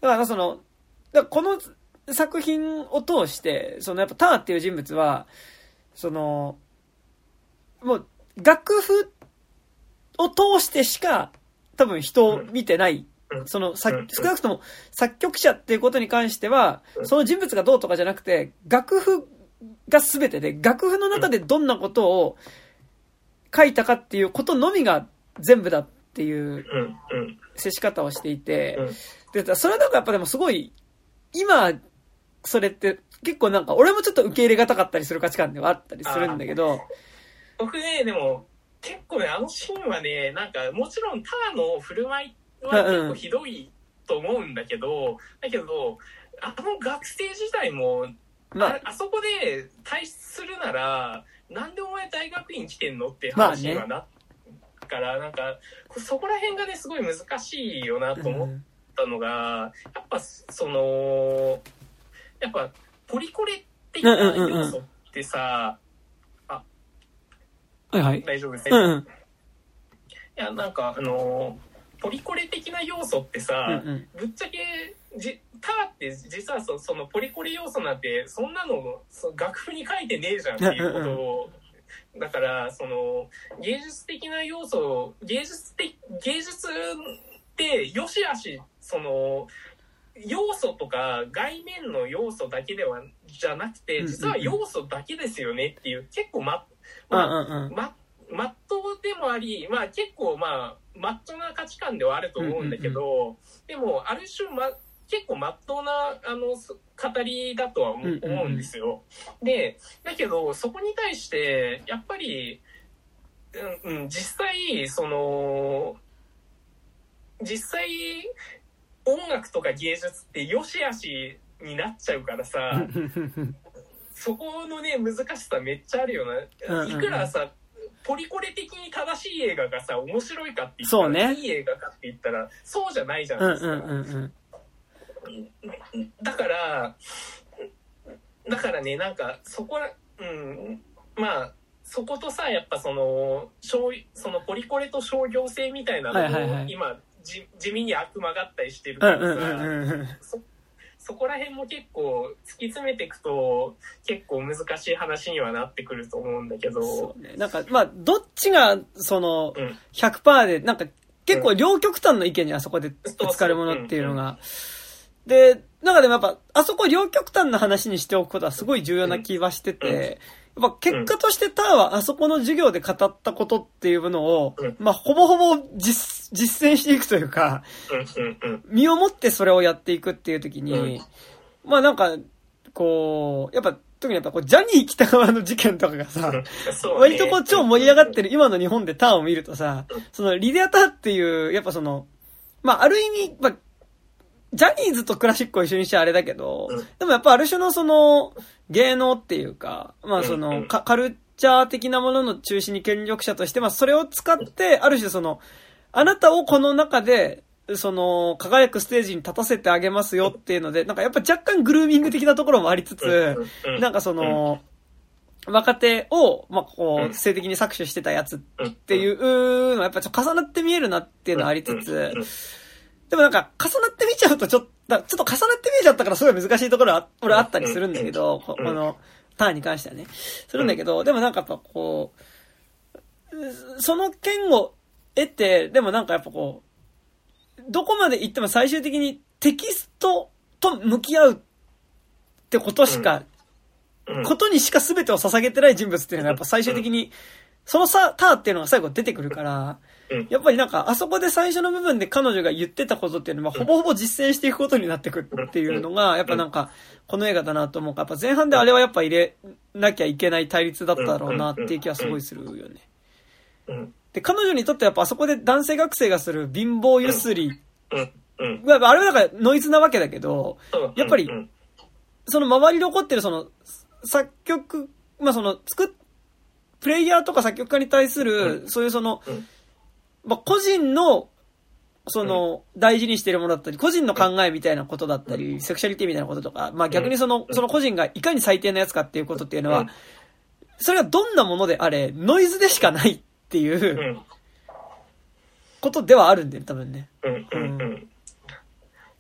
だからその、だからこの作品を通して、そのやっぱターっていう人物は、その、もう楽譜を通してしか多分人を見てない。その少なくとも作曲者っていうことに関しては、その人物がどうとかじゃなくて、楽譜が全てで、楽譜の中でどんなことを書いたかっていうことのみが全部だっていう接し方をしていて、で、それはなんかやっぱでもすごい、今、それって結構なんか俺もちょっと受け入れがたかったりする価値観ではあったりするんだけど、 僕ね、でも結構ね、あのシーンはね、なんかもちろんターの振る舞いは結構ひどいと思うんだけど、うん、だけど、あの学生時代も、まあ、あ, あそこで退出するなら、なんでお前大学院来てんのっていう話にはなったから、なんか、そこら辺がね、すごい難しいよなと思ったのが、やっぱその、やっぱポリコレ的な要素ってさ、あ、 はいはい、 大丈夫ですね。 うんうん、いや、なんかあの、ポリコレ的な要素ってさ、 うんうん、 ぶっちゃけじターって実は そ, そのポリコレ要素なんてそんなのそ楽譜に書いてねえじゃんっていうことをだからその芸術的な要素芸術的芸術ってよしあしその要素とか外面の要素だけではじゃなくて実は要素だけですよねっていう結構ままあままっとうでもありまあ結構まあマッチョな価値観ではあると思うんだけど、うんうんうん、でもある種、ま、結構マットなあの語りだとは思うんですよ、うんうんうん、でだけどそこに対してやっぱり、うんうん、実際その実際音楽とか芸術って良し悪しになっちゃうからさそこのね難しさめっちゃあるよな。いくらさポリコレ的に正しい映画がさ面白いかって言ったら、ね、いい映画かって言ったらそうじゃないじゃないですか、うんうんうんうん、だからだからねなんかそこらうんまあそことさやっぱそのそのポリコレと商業性みたいなのも、はいはいはい、今じ地味に悪魔がったりしてるからさ、うんうんうんうん、そそこら辺も結構突き詰めていくと結構難しい話にはなってくると思うんだけど、 そうね、なんかまあどっちがその ひゃくパーセント でなんか結構両極端の意見にあそこでぶつかるものっていうのが、でなんかでもやっぱあそこ両極端な話にしておくことはすごい重要な気はしてて、やっぱ結果としてターはあそこの授業で語ったことっていうのを、まあほぼほぼ実、実践していくというか、身をもってそれをやっていくっていう時に、まあなんか、こう、やっぱ特にやっぱこうジャニー北川の事件とかがさ、割とこう超盛り上がってる今の日本でターを見るとさ、そのリデアターっていう、やっぱその、まあある意味、まあ、ジャニーズとクラシックを一緒にしちゃあれだけど、でもやっぱある種のその芸能っていうか、まあそのカルチャー的なものの中心に権力者として、まあそれを使ってある種その、あなたをこの中で、その輝くステージに立たせてあげますよっていうので、なんかやっぱ若干グルーミング的なところもありつつ、なんかその、若手を、まあこう、性的に搾取してたやつっていうのはやっぱちょっと重なって見えるなっていうのはありつつ、でもなんか重なって見ちゃうとちょっと、ちょっと重なって見えちゃったからすごい難しいところは俺あったりするんだけど、このターンに関してはね。するんだけど、でもなんかやっぱこう、その件を得て、でもなんかやっぱこう、どこまで行っても最終的にテキストと向き合うってことしか、ことにしか全てを捧げてない人物っていうのがやっぱ最終的に、そのさ、ターっていうのが最後出てくるから、やっぱりなんかあそこで最初の部分で彼女が言ってたことっていうのはほぼほぼ実践していくことになってくっていうのがやっぱなんかこの映画だなと思うから、やっぱ前半であれはやっぱ入れなきゃいけない対立だったろうなっていう気はすごいするよね。で彼女にとってやっぱあそこで男性学生がする貧乏ゆすり、やっぱあれはなんかノイズなわけだけど、やっぱりその周りで起こってるその作曲、まあその作っプレイヤーとか作曲家に対するそういうそのまあ、個人の、その、大事にしているものだったり、個人の考えみたいなことだったり、セクシャリティみたいなこととか、まあ逆にその、その個人がいかに最低なやつかっていうことっていうのは、それがどんなものであれ、ノイズでしかないっていう、ことではあるんだよ、多分ね。 うんうんうん。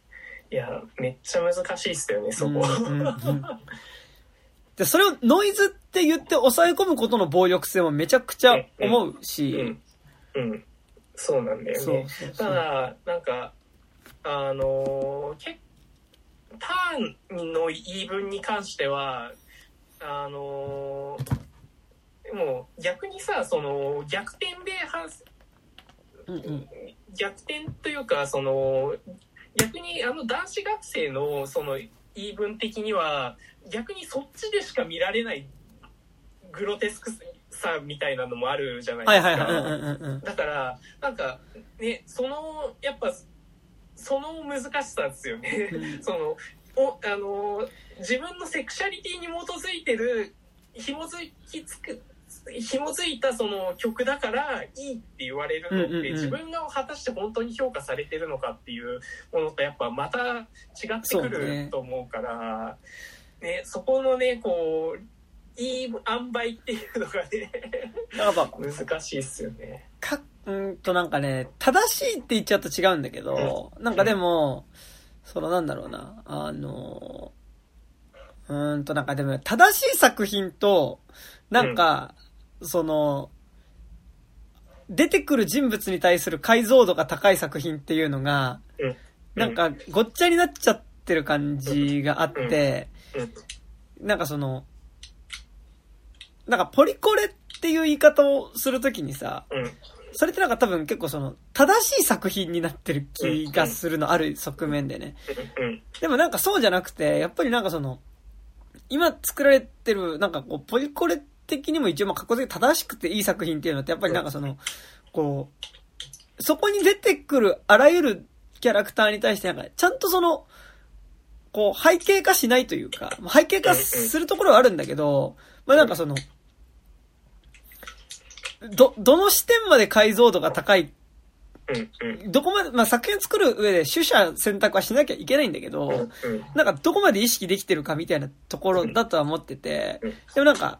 いやめっちゃ難しいっすよねそこ、うんうんうん、 でそれをノイズって言って抑え込むことの暴力性もめちゃくちゃ思うし、 うんうんうん、そうなんだよね。そうそうそう、ただなんかあのー、ターンの言い分に関してはあのー、もう逆にさその逆転では、うんうん、逆転というかその逆にあの男子学生のその言い分的には逆にそっちでしか見られないグロテスクさみたいなのもあるじゃないですか。だからなんかねそのやっぱその難しさですよね。うん、そのおあの自分のセクシャリティに基づいてる紐づきつく紐づいたその曲だからいいって言われるのって、うんうんうん、自分が果たして本当に評価されてるのかっていうものとやっぱまた違ってくると思うから、ねね、そこのねこういい塩梅っていうのがね難しいっすよね。 かうんとなんかね正しいって言っちゃうと違うんだけど、うん、なんかでも、うん、そのなんだろうなあのうーんとなんかでも正しい作品となんか、うん、その出てくる人物に対する解像度が高い作品っていうのが、うん、なんかごっちゃになっちゃってる感じがあって、うん、なんかそのなんかポリコレっていう言い方をするときにさ、うん、それってなんか多分結構その正しい作品になってる気がするの、ある側面でね。でもなんかそうじゃなくて、やっぱりなんかその今作られてるなんかこうポリコレ的にも一応まあ格好的に正しくていい作品っていうのってやっぱりなんかそのこうそこに出てくるあらゆるキャラクターに対してなんかちゃんとそのこう背景化しないというか背景化するところはあるんだけど、まあなんかそのど、どの視点まで解像度が高い、どこまで、まあ、作品作る上で取捨選択はしなきゃいけないんだけど、なんかどこまで意識できてるかみたいなところだとは思ってて、でもなんか、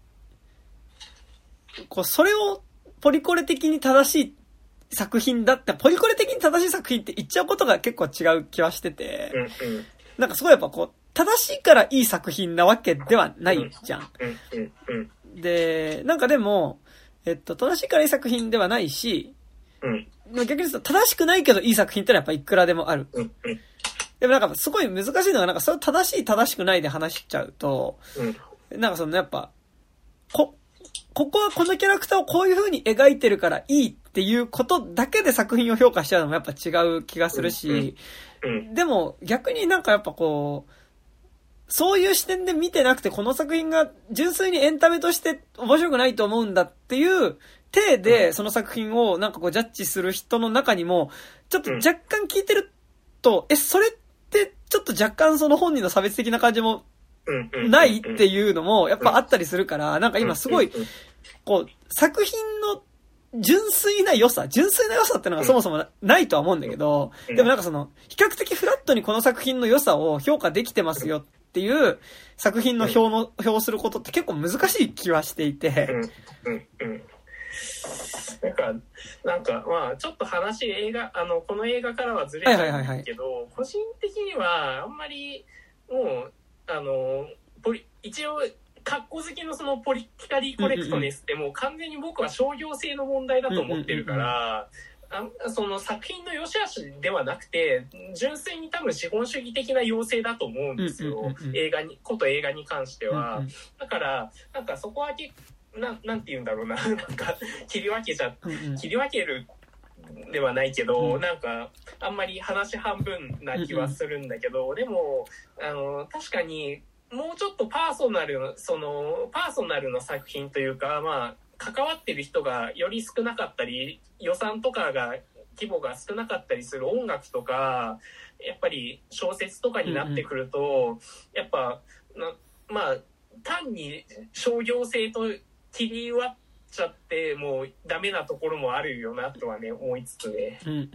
こう、それをポリコレ的に正しい作品だって、ポリコレ的に正しい作品って言っちゃうことが結構違う気はしてて、なんかすごいやっぱこう、正しいからいい作品なわけではないじゃん。で、なんかでも、えっと、正しいからいい作品ではないし、うん、逆に言うと正しくないけどいい作品ってのはやっぱいくらでもある。うんうん、でもなんかすごい難しいのがなんかそれを正しい正しくないで話しちゃうと、うん、なんかそのやっぱ、こ、ここはこのキャラクターをこういう風に描いてるからいいっていうことだけで作品を評価しちゃうのもやっぱ違う気がするし、うんうん、でも逆になんかやっぱこう、そういう視点で見てなくてこの作品が純粋にエンタメとして面白くないと思うんだっていう体でその作品をなんかこうジャッジする人の中にもちょっと若干聞いてると、え、それってちょっと若干その本人の差別的な感じもないっていうのもやっぱあったりするから、なんか今すごいこう作品の純粋な良さ、純粋な良さってのがそもそもないとは思うんだけど、でもなんかその比較的フラットにこの作品の良さを評価できてますよっていう作品の表の、表することって結構難しい気はしていて。うんうんうん。 なんか、なんか、まあ、ちょっと話、映画、あの、この映画からはずれちゃうんだけど、はいはいはいはい、個人的には、あんまり、もう、あの、ポリ、一応、格好好きのそのポリティカリーコレクトネスってもう完全に僕は商業性の問題だと思ってるから、あその作品の良し悪しではなくて純粋に多分資本主義的な要請だと思うんですよ、うんうんうんうん、映画にこと映画に関しては、うんうん、だからなんかそこはけななんて言うんだろうななんか切り分けちゃ、うんうん、切り分けるではないけど、うん、なんかあんまり話半分な気はするんだけど、うんうん、でもあの確かにもうちょっとパーソナルのそのパーソナルの作品というかまあ関わってる人がより少なかったり予算とかが規模が少なかったりする音楽とかやっぱり小説とかになってくると、うんうん、やっぱなまあ単に商業性と切り割っちゃってもうダメなところもあるよなとはね思いつつね。 うんうんうん。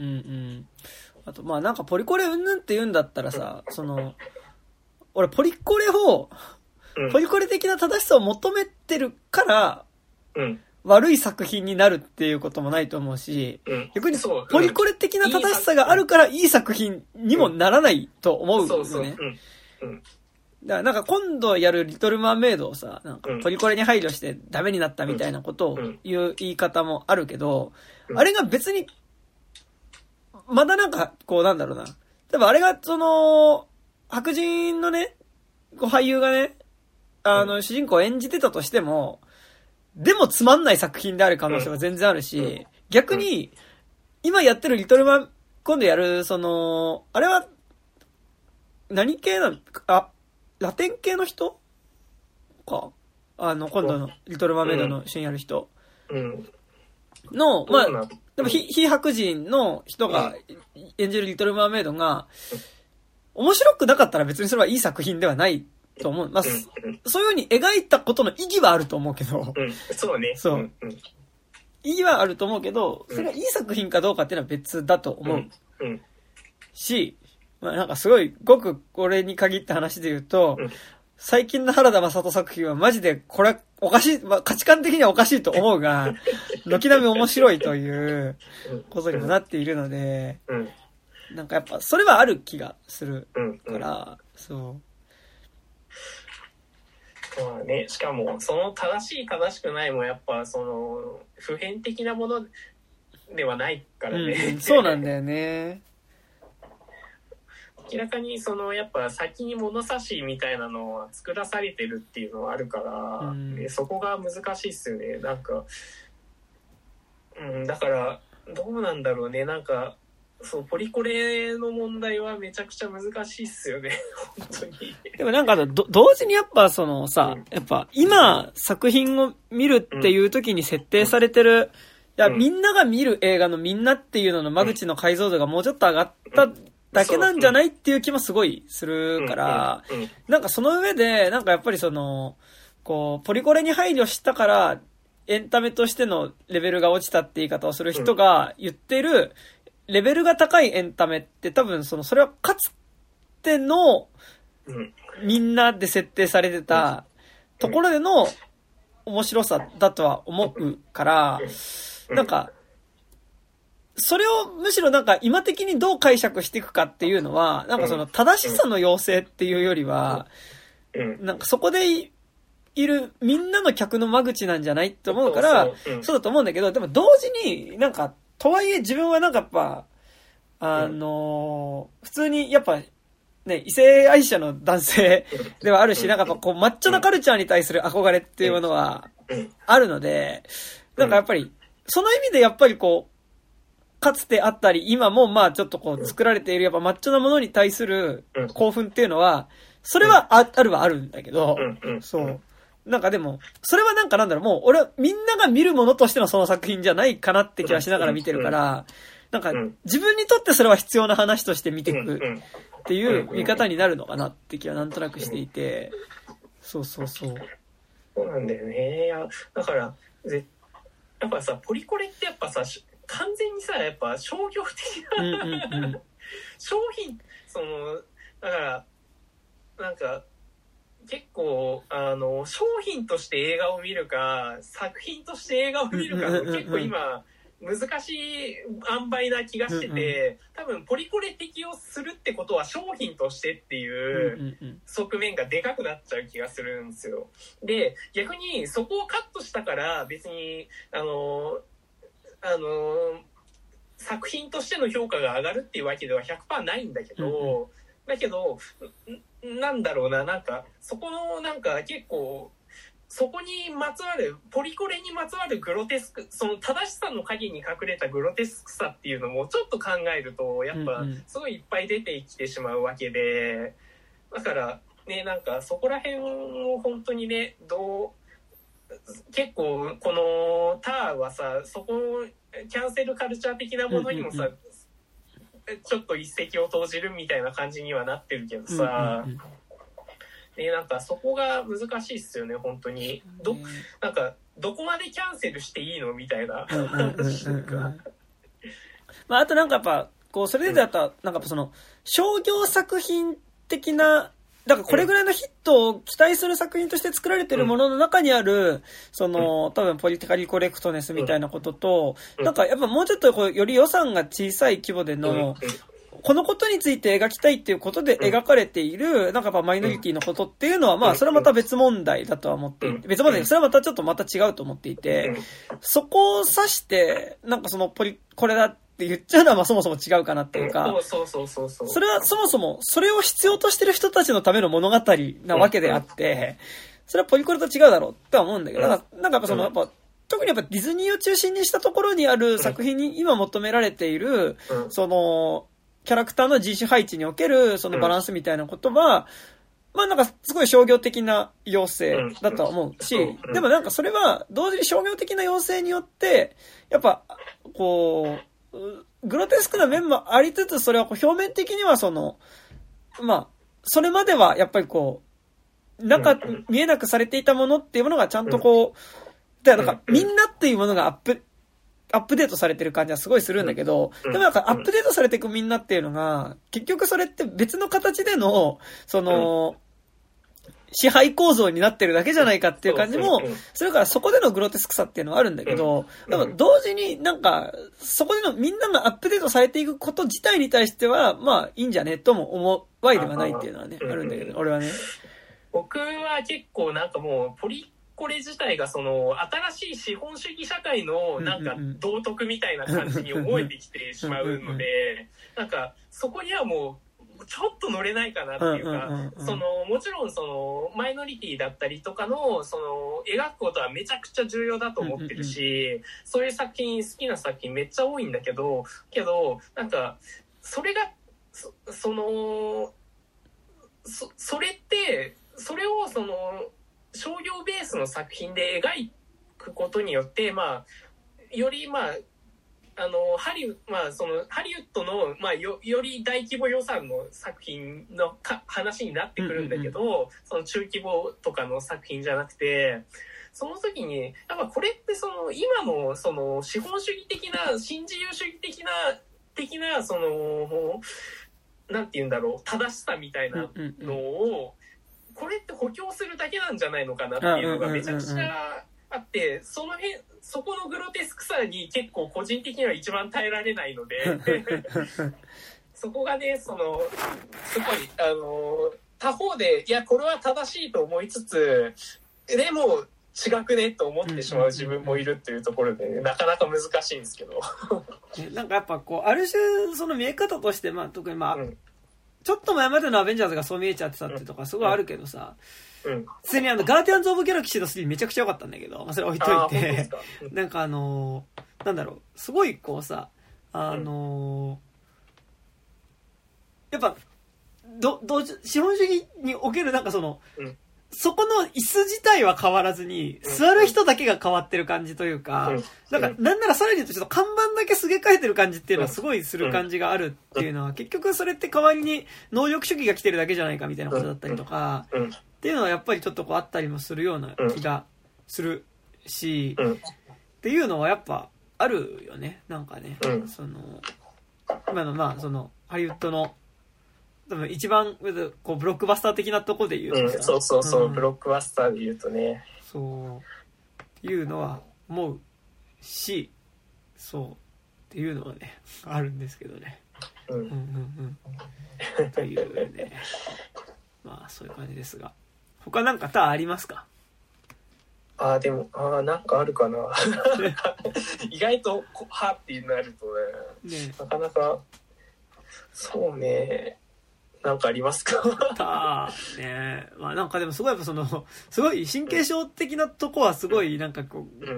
あとまあなんかポリコレうんぬんって言うんだったらさその俺ポリコレを、うん、ポリコレ的な正しさを求めてるから、うん、 悪い作品になるっていうこともないと思うし、 うん、 逆にそうポリコレ的な正しさがあるからいい作品にもならないと思うよね。 そうそう。うんうん、 だからなんか今度やるリトルマーメイドをさ、なんかポリコレに配慮してダメになったみたいなことを言う言い方もあるけど、あれが別に、まだなんかこうなんだろうな。多分あれがその、白人のね、こう俳優がね、あの主人公を演じてたとしても、でもつまんない作品である可能性は全然あるし、逆に、今やってるリトルマー、今度やるその、あれは、何系なのあ、ラテン系の人か。あの、今度のリトルマーメイドの主演やる人。の、まあ、でも非、非白人の人が演じるリトルマーメイドが、面白くなかったら別にそれはいい作品ではないと思う。まあ、そういう風に描いたことの意義はあると思うけど。 うん、そうね。 そう。意義はあると思うけど、それがいい作品かどうかっていうのは別だと思う。し、まあなんかすごい、ごくこれに限った話で言うと、最近の原田雅人作品はマジでこれおかしい、まあ、価値観的にはおかしいと思うが、軒並み面白いということにもなっているので、なんかやっぱそれはある気がするから、そう。 まあね、しかもその正しい正しくないもやっぱその普遍的なものではないからね、 うん、そうなんだよね。 明らかにそのやっぱ先に物差しみたいなのは作らされてるっていうのはあるから、うん、そこが難しいっすよね。なんか、うん、だからどうなんだろうね。なんかそうポリコレの問題はめちゃくちゃ難しいっすよね本当に。 でもなんかど同時にやっぱそのさ、うん、やっぱ今作品を見るっていう時に設定されてる、うん、いや、うん、みんなが見る映画のみんなっていうのの間口の解像度がもうちょっと上がっただけなんじゃないっていう気もすごいするから、なんかその上でなんかやっぱりそのこうポリコレに配慮したからエンタメとしてのレベルが落ちたって言い方をする人が言ってるレベルが高いエンタメって多分そのそれはかつてのみんなで設定されてたところでの面白さだとは思うから、なんかそれをむしろなんか今的にどう解釈していくかっていうのはなんかその正しさの要請っていうよりはなんかそこでいるみんなの客の間口なんじゃないって思うからそうだと思うんだけど、でも同時になんかとはいえ自分はなんかやっぱあの普通にやっぱね異性愛者の男性ではあるし、なんかやっぱこうマッチョなカルチャーに対する憧れっていうものはあるので、なんかやっぱりその意味でやっぱりこうかつてあったり今もまあちょっとこう作られているやっぱマッチョなものに対する興奮っていうのはそれは あ, あるはあるんだけど、そうなんかでもそれはなんかなんだろう、もう俺はみんなが見るものとしてのその作品じゃないかなって気はしながら見てるから、なんか自分にとってそれは必要な話として見ていくっていう見方になるのかなって気はなんとなくしていて、そうそうそうそうなんだよね。いやだからぜやっぱさポリコレってやっぱさ完全にさやっぱ商業的な、うんうんうん、商品そのだからなんか結構あの商品として映画を見るか作品として映画を見るかの結構今難しい塩梅な気がしてて、多分ポリコレ適用するってことは商品としてっていう側面がでかくなっちゃう気がするんですよ。で逆にそこをカットしたから別にあのあの作品としての評価が上がるっていうわけでは ひゃくパーセント ないんだけど、うんうん、だけどなんだろうな、なんかそこのなんか結構そこにまつわるポリコレにまつわるグロテスク、その正しさの陰に隠れたグロテスクさっていうのもちょっと考えるとやっぱすごいいっぱい出てきてしまうわけで、だからねなんかそこら辺を本当にねどう結構このターはさそこキャンセルカルチャー的なものにもさ、うんうんうん、ちょっと一石を投じるみたいな感じにはなってるけどさ、うんうんうん、ね、なんかそこが難しいっすよね本当に。どなんかどこまでキャンセルしていいのみたいな話が、 まああとなんかやっぱこうそれでだったらなんかその商業作品的なだからこれぐらいのヒットを期待する作品として作られてるものの中にある、その、多分ポリティカリーコレクトネスみたいなことと、なんかやっぱもうちょっとこう、より予算が小さい規模での、このことについて描きたいっていうことで描かれている、なんかやっぱマイノリティのことっていうのは、まあそれはまた別問題だとは思っていて、別問題、それはまたちょっとまた違うと思っていて、そこを指して、なんかそのポリ、これだって言っちゃうのはまあそもそも違うかなっていうか、 そうそうそうそう。 それはそもそもそれを必要としてる人たちのための物語なわけであって、それはポリコレと違うだろうって思うんだけど、なんかなんかやっぱそのやっぱ特にやっぱディズニーを中心にしたところにある作品に今求められている、そのキャラクターの人種配置におけるそのバランスみたいなことは、まあなんかすごい商業的な要請だとは思うし、でもなんかそれは同時に商業的な要請によって、やっぱこう、グロテスクな面もありつつ、それはこう表面的にはその、まあ、それまではやっぱりこう、なんか見えなくされていたものっていうものがちゃんとこう、だからなんかみんなっていうものがアップ、アップデートされてる感じはすごいするんだけど、でもなんかアップデートされていくみんなっていうのが、結局それって別の形での、その、支配構造になってるだけじゃないかっていう感じも、それからそこでのグロテスクさっていうのはあるんだけど、でも同時になんか、そこでのみんながアップデートされていくこと自体に対しては、まあいいんじゃねとも思わいではないっていうのはね、あるんだけど、俺はね。 僕は結構なんかもう、ポリコレ自体がその、新しい資本主義社会のなんか道徳みたいな感じに思えてきてしまうので、なんかそこにはもう、ちょっと乗れないかなっていうか、そのもちろんそのマイノリティだったりとかのその描くことはめちゃくちゃ重要だと思ってるし、そういう作品好きな作品めっちゃ多いんだけど、けどなんかそれが そ, その そ, それってそれをその商業ベースの作品で描くことによって、まあよりまああのハリウ、まあ、そのハリウッドの、まあ、よ, より大規模予算の作品のか話になってくるんだけど、うんうんうん、その中規模とかの作品じゃなくて、その時にやっぱこれってその今のその資本主義的な新自由主義的な的なそのなんて言うんだろう正しさみたいなのを、これって補強するだけなんじゃないのかなっていうのがめちゃくちゃあって、その辺そこのグロテスクさに結構個人的には一番耐えられないのでそこがね、そのすごいあの他方でいやこれは正しいと思いつつでも違くねと思ってしまう自分もいるっていうところで、ね、なかなか難しいんですけどなんかやっぱこうある種その見え方としてまあ特にまあ、うん、ちょっと前までのアベンジャーズがそう見えちゃってたってとかすごいあるけどさ、うん、普通にあのガーディアンズ・オブ・ギャラクシーのスリーめちゃくちゃ良かったんだけど、まあ、それ置いといてなんかあのー、なんだろうすごいこうさあのー、やっぱどど資本主義におけるなんかその、うん、そこの椅子自体は変わらずに座る人だけが変わってる感じというか、うん、なんかなんならさらに言うとちょっと看板だけすげ替えてる感じっていうのはすごいする感じがあるっていうのは結局それって代わりに能力主義が来てるだけじゃないかみたいなことだったりとかっていうのはやっぱりちょっとこうあったりもするような気がするし、うん、っていうのはやっぱあるよね。なんかね、うん、その今のまあそのハリウッドの多分一番こうブロックバスター的なところで言うとさ、 うん、そうそうそう、うん、ブロックバスターで言うとね、 そうっていうのは思うし、そうっていうのはねあるんですけどね。うんうんうんうん。というね。まあそういう感じですが、他なんか他ありますか？ ああでもああなんかあるかな。意外とはってなるとね、ねなかなかそうね。なんかありますか？ たね、まあなんかでもすごいやっぱそのすごい神経症的なとこはすごいなんかこう、うん、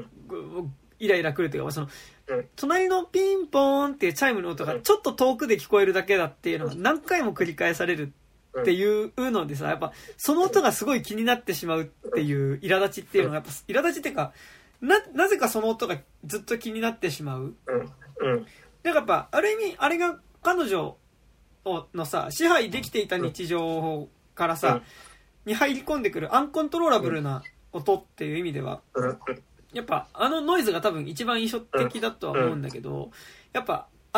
イライラくるというかその、うん、隣のピンポーンっていうチャイムの音がちょっと遠くで聞こえるだけだっていうのが何回も繰り返されるっていうのでさ、やっぱその音がすごい気になってしまうっていう苛立ちっていうのがやっぱ苛立ちっていうかななぜかその音がずっと気になってしまう。うんうん、なんかやっぱある意味あれが彼女のさ支配できていた日常からさ、うん、に入り込んでくるアンコントローラブルな音っていう意味では、うん、やっぱあのノイズが多分一番印象的だとは思うんだけど、やっぱ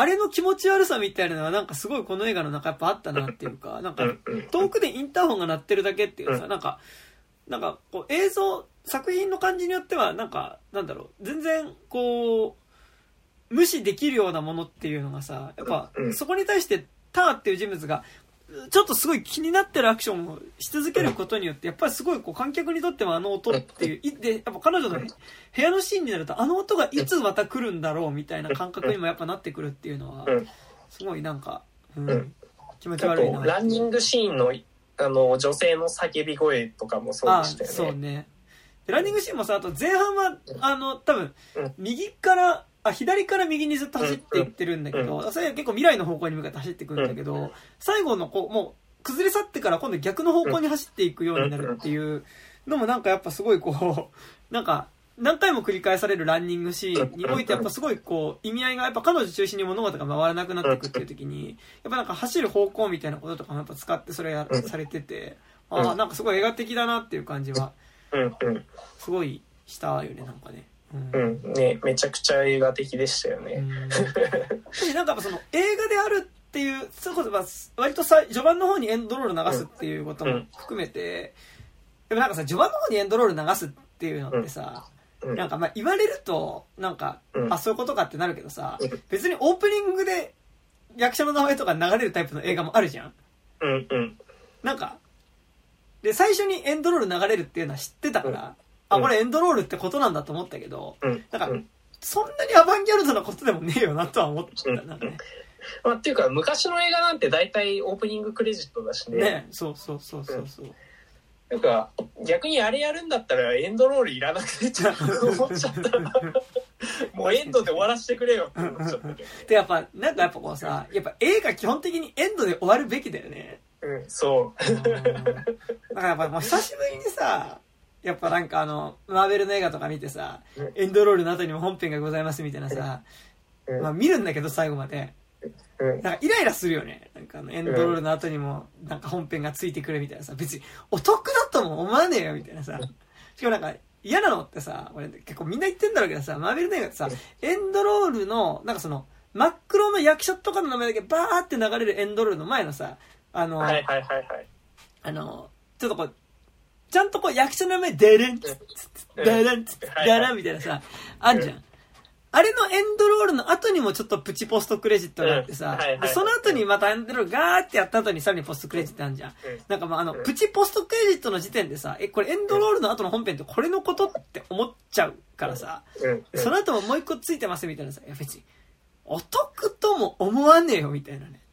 あれの気持ち悪さみたいなのはなんかすごいこの映画の中やっぱあったなっていうか、なんか遠くでインターホンが鳴ってるだけっていうさ、なんか、なんかこう映像、作品の感じによってはなんか、なんだろう、全然こう、無視できるようなものっていうのがさ、やっぱそこに対してターっていう人物が、ちょっとすごい気になってるアクションをし続けることによって、やっぱりすごいこう観客にとってもあの音っていう、で、やっぱ彼女の部屋のシーンになるとあの音がいつまた来るんだろうみたいな感覚にもやっぱなってくるっていうのは、すごいなんか、うん、気持ち悪いな。 ランニングシーンの、あの、女性の叫び声とかもそうでしたよね。 あ、そうね。でランニングシーンもさ、あと前半は、あの、多分、右から、あ、左から右にずっと走っていってるんだけど、うんうん、それは結構未来の方向に向かって走っていくんだけど、うん、最後のこう、もう崩れ去ってから今度逆の方向に走っていくようになるっていうのもなんかやっぱすごいこう、なんか何回も繰り返されるランニングシーンにおいてやっぱすごいこう意味合いがやっぱ彼女中心に物事が回らなくなっていくっていう時に、やっぱなんか走る方向みたいなこととかもやっぱ使ってそれやされてて、ああ、なんかすごい映画的だなっていう感じは、すごいしたよね、なんかね。 うん、うん、ね、めちゃくちゃ映画的でしたよね。 うん、なんかその映画であるっていう、それこそ割とさ序盤の方にエンドロール流すっていうことも含めて、でもなんかさ序盤の方にエンドロール流すっていうのってさ、うん、なんかまあ言われるとなんか、うん、あそういうことかってなるけどさ、別にオープニングで役者の名前とか流れるタイプの映画もあるじゃん。 うんうん。 なんかで最初にエンドロール流れるっていうのは知ってたから。うんあ、これエンドロールってことなんだと思ったけど、うん、なんか、うん、そんなにアバンギャルドなことでもねえよなとは思った。なんかね。 まあ、っていうか、昔の映画なんて大体オープニングクレジットだしね。 ね、そうそうそうそうそう、うん。 なんか、逆にあれやるんだったらエンドロールいらなくてちゃうと思っちゃった。もうエンドで終わらせてくれよって思っちゃったけど。 で、やっぱ、なんかやっぱこうさ、やっぱ映画基本的にエンドで終わるべきだよね。 うん、そう。 だからやっぱもう久しぶりにさ、やっぱなんかあのマーベルの映画とか見てさ、うん、エンドロールの後にも本編がございますみたいなさ、うん、まあ見るんだけど最後まで、うん、なんかイライラするよね。なんかあのエンドロールの後にもなんか本編がついてくるみたいなさ、別にお得だとも思わねえよみたいなさ、しかもなんか嫌なのってさ、俺結構みんな言ってんだろうけどさ、マーベルの映画ってさ、エンドロールのなんかその真っ黒の役者とかの名前だけバーって流れるエンドロールの前のさ、あの、 はいはいはいはい、 あのちょっとこうちゃんとこう役者の名前デレンツデレンツデレンみたいなさあんじゃん。あれのエンドロールの後にもちょっとプチポストクレジットがあってさ、でその後にまたエンドロールガーってやった後にさらにポストクレジットあんじゃん。なんかまああのプチポストクレジットの時点でさ、えこれエンドロールの後の本編ってこれのことって思っちゃうからさ、その後ももう一個ついてますみたいなさ、いや別にお得とも思わねえよみたいなね。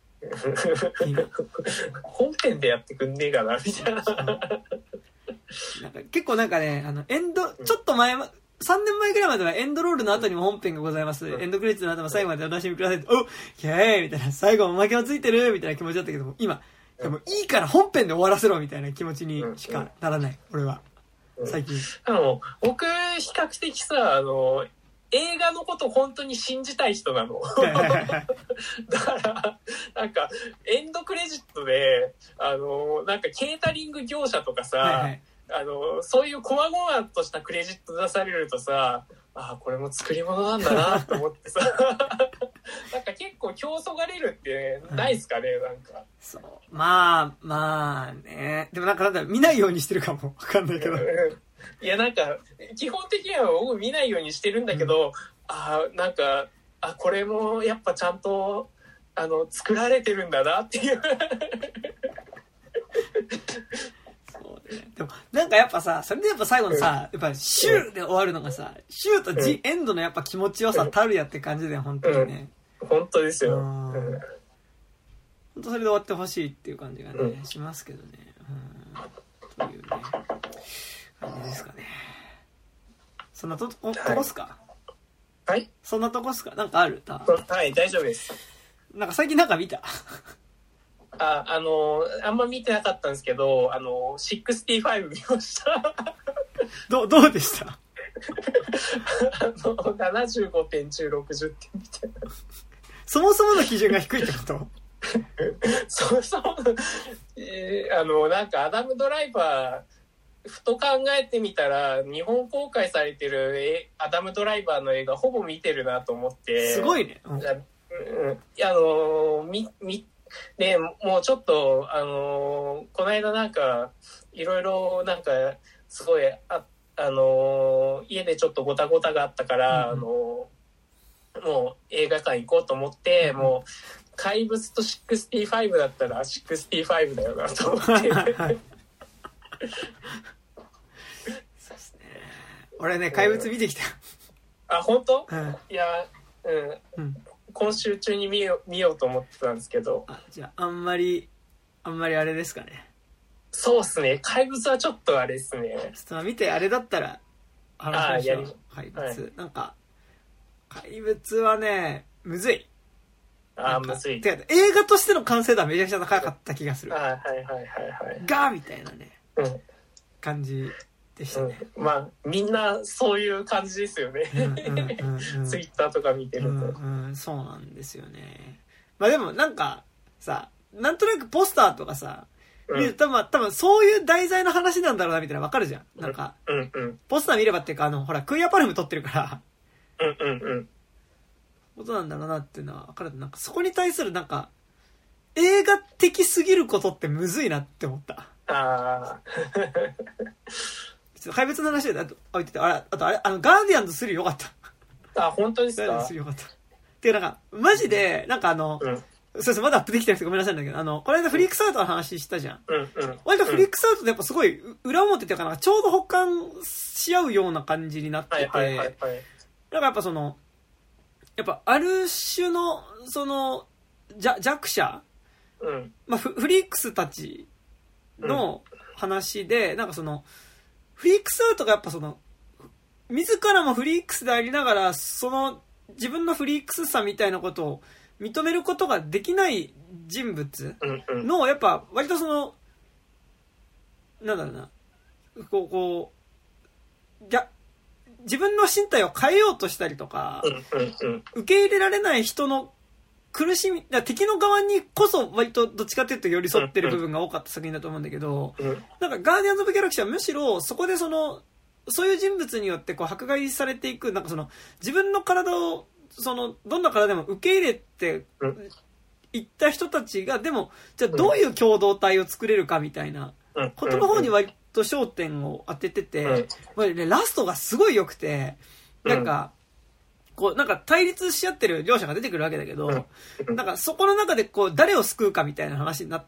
本編でやってくんねえかなみたいな。 なんか結構なんかね、あのエンドちょっと前さんねんまえぐらいまではエンドロールの後にも本編がございます、エンドクレジットの後も最後までお楽しみくださいって、おっキャーみたいな、最後おまけもついてるみたいな気持ちだったけども、今でもいいから本編で終わらせろみたいな気持ちにしかならない俺は最近。 あの僕比較的さ、あの映画のこと本当に信じたい人なの。だからなんかエンドクレジットであのなんかケータリング業者とかさ、はいはい、あのそういうこまごまとしたクレジット出されるとさ、あこれも作り物なんだなと思ってさ、なんか結構競争がれるってないですかね、うん、なんか。 そうまあまあね、でもなんかなんだろう見ないようにしてるかもわかんないけど。 いやなんか基本的には僕見ないようにしてるんだけど、うん、あなんかあこれもやっぱちゃんとあの作られてるんだなっていう。 そうね。でもなんかやっぱさそれでやっぱ最後のさ、うん、やっぱシューで終わるのがさ、シューとジエンドのやっぱ気持ちよさたるやって感じで本当にね。 うん、本当ですよ。うん、 本当それで終わってほしいっていう感じがね、うん、しますけどね。うん、というね。感じですかね。そんなとこ、とこっすか？ はい。 そんなとこっすか？なんかある？ はい、大丈夫です。 なんか最近なんか見た？ あ、あのあんま見てなかったんですけど、あのろくじゅうご見ました。 どどうでした？ あのななじゅうごてん中ろくじゅってんみたいな。 そもそもの基準が低いってこと？ そもそも、えー、あのなんかアダムドライバーふと考えてみたら日本公開されてるアダムドライバーの映画ほぼ見てるなと思って。 すごいね、 うん、 うん、いやあのみみねもうちょっとあのこの間なんかいろいろなんかすごいああの家でちょっとゴタゴタがあったから、うん、あのもう映画館行こうと思って、うん、もう怪物とろくじゅうごだったらろくじゅうごだよなと思ってそうですね。俺ね怪物見てきた。 あ本当？ うん、 いや、うん、うん、今週中に見よ見ようと思ってたんですけど。 あじゃああんまりあんまりあれですかね。 そうっすね。怪物はちょっとあれですね。 ちょっと見てあれだったら話しましょう。怪物、はい、なんか怪物はねむずい。 あむずい。 てか映画としての完成度はめちゃくちゃ高かった気がする。 あはいはいはいはい。 ガーみたいなね、 うん、 感じでしたね。 うん、まあみんなそういう感じですよね。ツイッターとか見てると、 うんうん、そうなんですよね。まあでもなんかさなんとなくポスターとかさ見ると、うん、多分多分そういう題材の話なんだろうなみたいなわかるじゃん。なんか、 うんうん、 ポスター見ればっていうかあのほらクイアパルム撮ってるからうんうんうんことなんだろうなっていうのは分かる。なんかそこに対するなんか映画的すぎることってむずいなって思った。 あちょっと怪物の話であと置いてて、あれあとあれあのガーディアンズスリーよかった。 あ本当ですか。 ガーディアンズスリーよかった。っていうなんかマジでなんかあの、うん、そうですまだアップできてなくてごめんなさいんだけどあのこの間フリークスアウトの話したじゃん。 うんうん、 割とフリークスアウトでやっぱすごい裏表っていうかなんかちょうど補完し合うような感じになってて、 はいはいはいはい、 だからやっぱそのやっぱある種のその弱者、 うんまあ、フ, フリークスたちの話で、うん、なんかそのフリークスアウトがやっぱその自らもフリークスでありながらその自分のフリークスさみたいなことを認めることができない人物のやっぱ割とそのなんだろうなこうこうや自分の身体を変えようとしたりとか、受け入れられない人の苦しみ、敵の側にこそ割とどっちかというと寄り添ってる部分が多かった作品だと思うんだけど、なんかガーディアンズ・オブ・ギャラクシーはむしろそこでそのそういう人物によってこう迫害されていくなんかその自分の体をそのどんな体でも受け入れていった人たちがでもじゃあどういう共同体を作れるかみたいなことの方に割と焦点を当ててて、まあね、ラストがすごい良くてなんかこうなんか対立し合ってる両者が出てくるわけだけどなんかそこの中でこう誰を救うかみたいな話になって、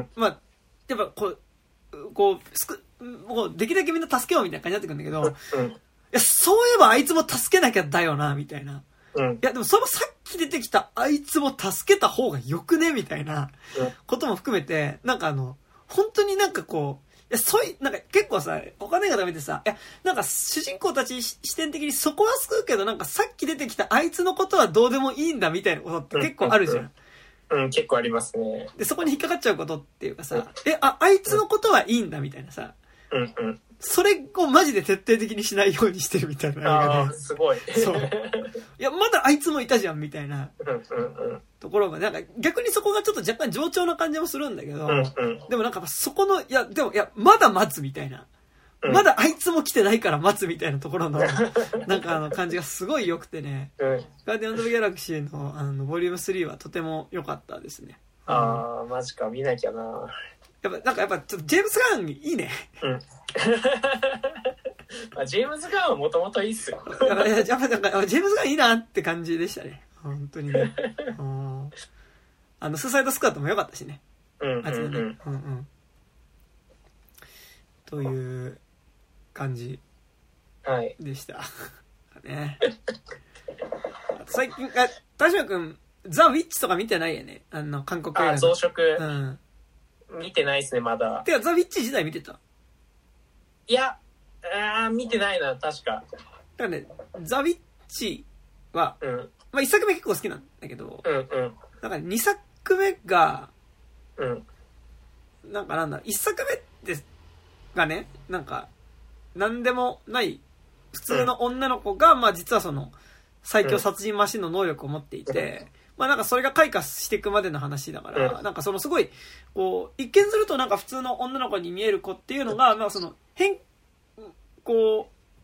まあやっぱこうこう救もうできるだけみんな助けようみたいな感じになってくるんだけど、いやそういえばあいつも助けなきゃだよなみたいな、いやでもそのさっき出てきたあいつも助けた方がよくねみたいなことも含めてなんかあの本当になんかこういやそういうなんか結構さお金がダメでさいやなんか主人公たち視点的にそこは救うけどなんかさっき出てきたあいつのことはどうでもいいんだみたいなことって結構あるじゃん、うんうんうん、結構ありますね。 でそこに引っかかっちゃうことっていうかさ、うん、えああいつのことはいいんだみたいなさ、 うんうん、 それをマジで徹底的にしないようにしてるみたいな映画で、すごいそういやまだあいつもいたじゃんみたいなところがなんか逆にそこがちょっと若干冗長な感じもするんだけど、 うんうん、 でもなんかそこのいやでもいやまだ待つみたいな、うん、まだあいつも来てないから待つみたいなところのなんかあの感じがすごい良くてね、 うん、 ガーディアンズ・オブ・ギャラクシー の, あのボリュームスリーはとても良かったですね。 あーマジか見なきゃな。 やっぱなんかやっぱちょっとジェームズ・ガンいいね、 うんまあ、ジェームズ・ガンはもともといいっすよやっぱやっぱなんかジェームズ・ガンいいなって感じでしたね本当にねあのスーサイドスクワットも良かったしね、 うんうんうん、 あいつのね、うんうん、という感じでした、はい、ね最近あ田島君ザ・ウィッチとか見てないよねあの韓国映画のあ増殖、 うん、 見てないですねまだ。 てかザ・ウィッチ自体見てた？ いやあ見てないな確か。 だからねザ・ウィッチは、 うん、 まあいっさくめ結構好きなんだけど、 うんうん、 なんかにさくめが、 うん、 なんかなんだいっさくめってがねなんかなんでもない普通の女の子が、うん、まあ実はその最強殺人マシンの能力を持っていて、うん、まあなんかそれが開花していくまでの話だから、うん、なんかそのすごいこう一見するとなんか普通の女の子に見える子っていうのがまあその変こう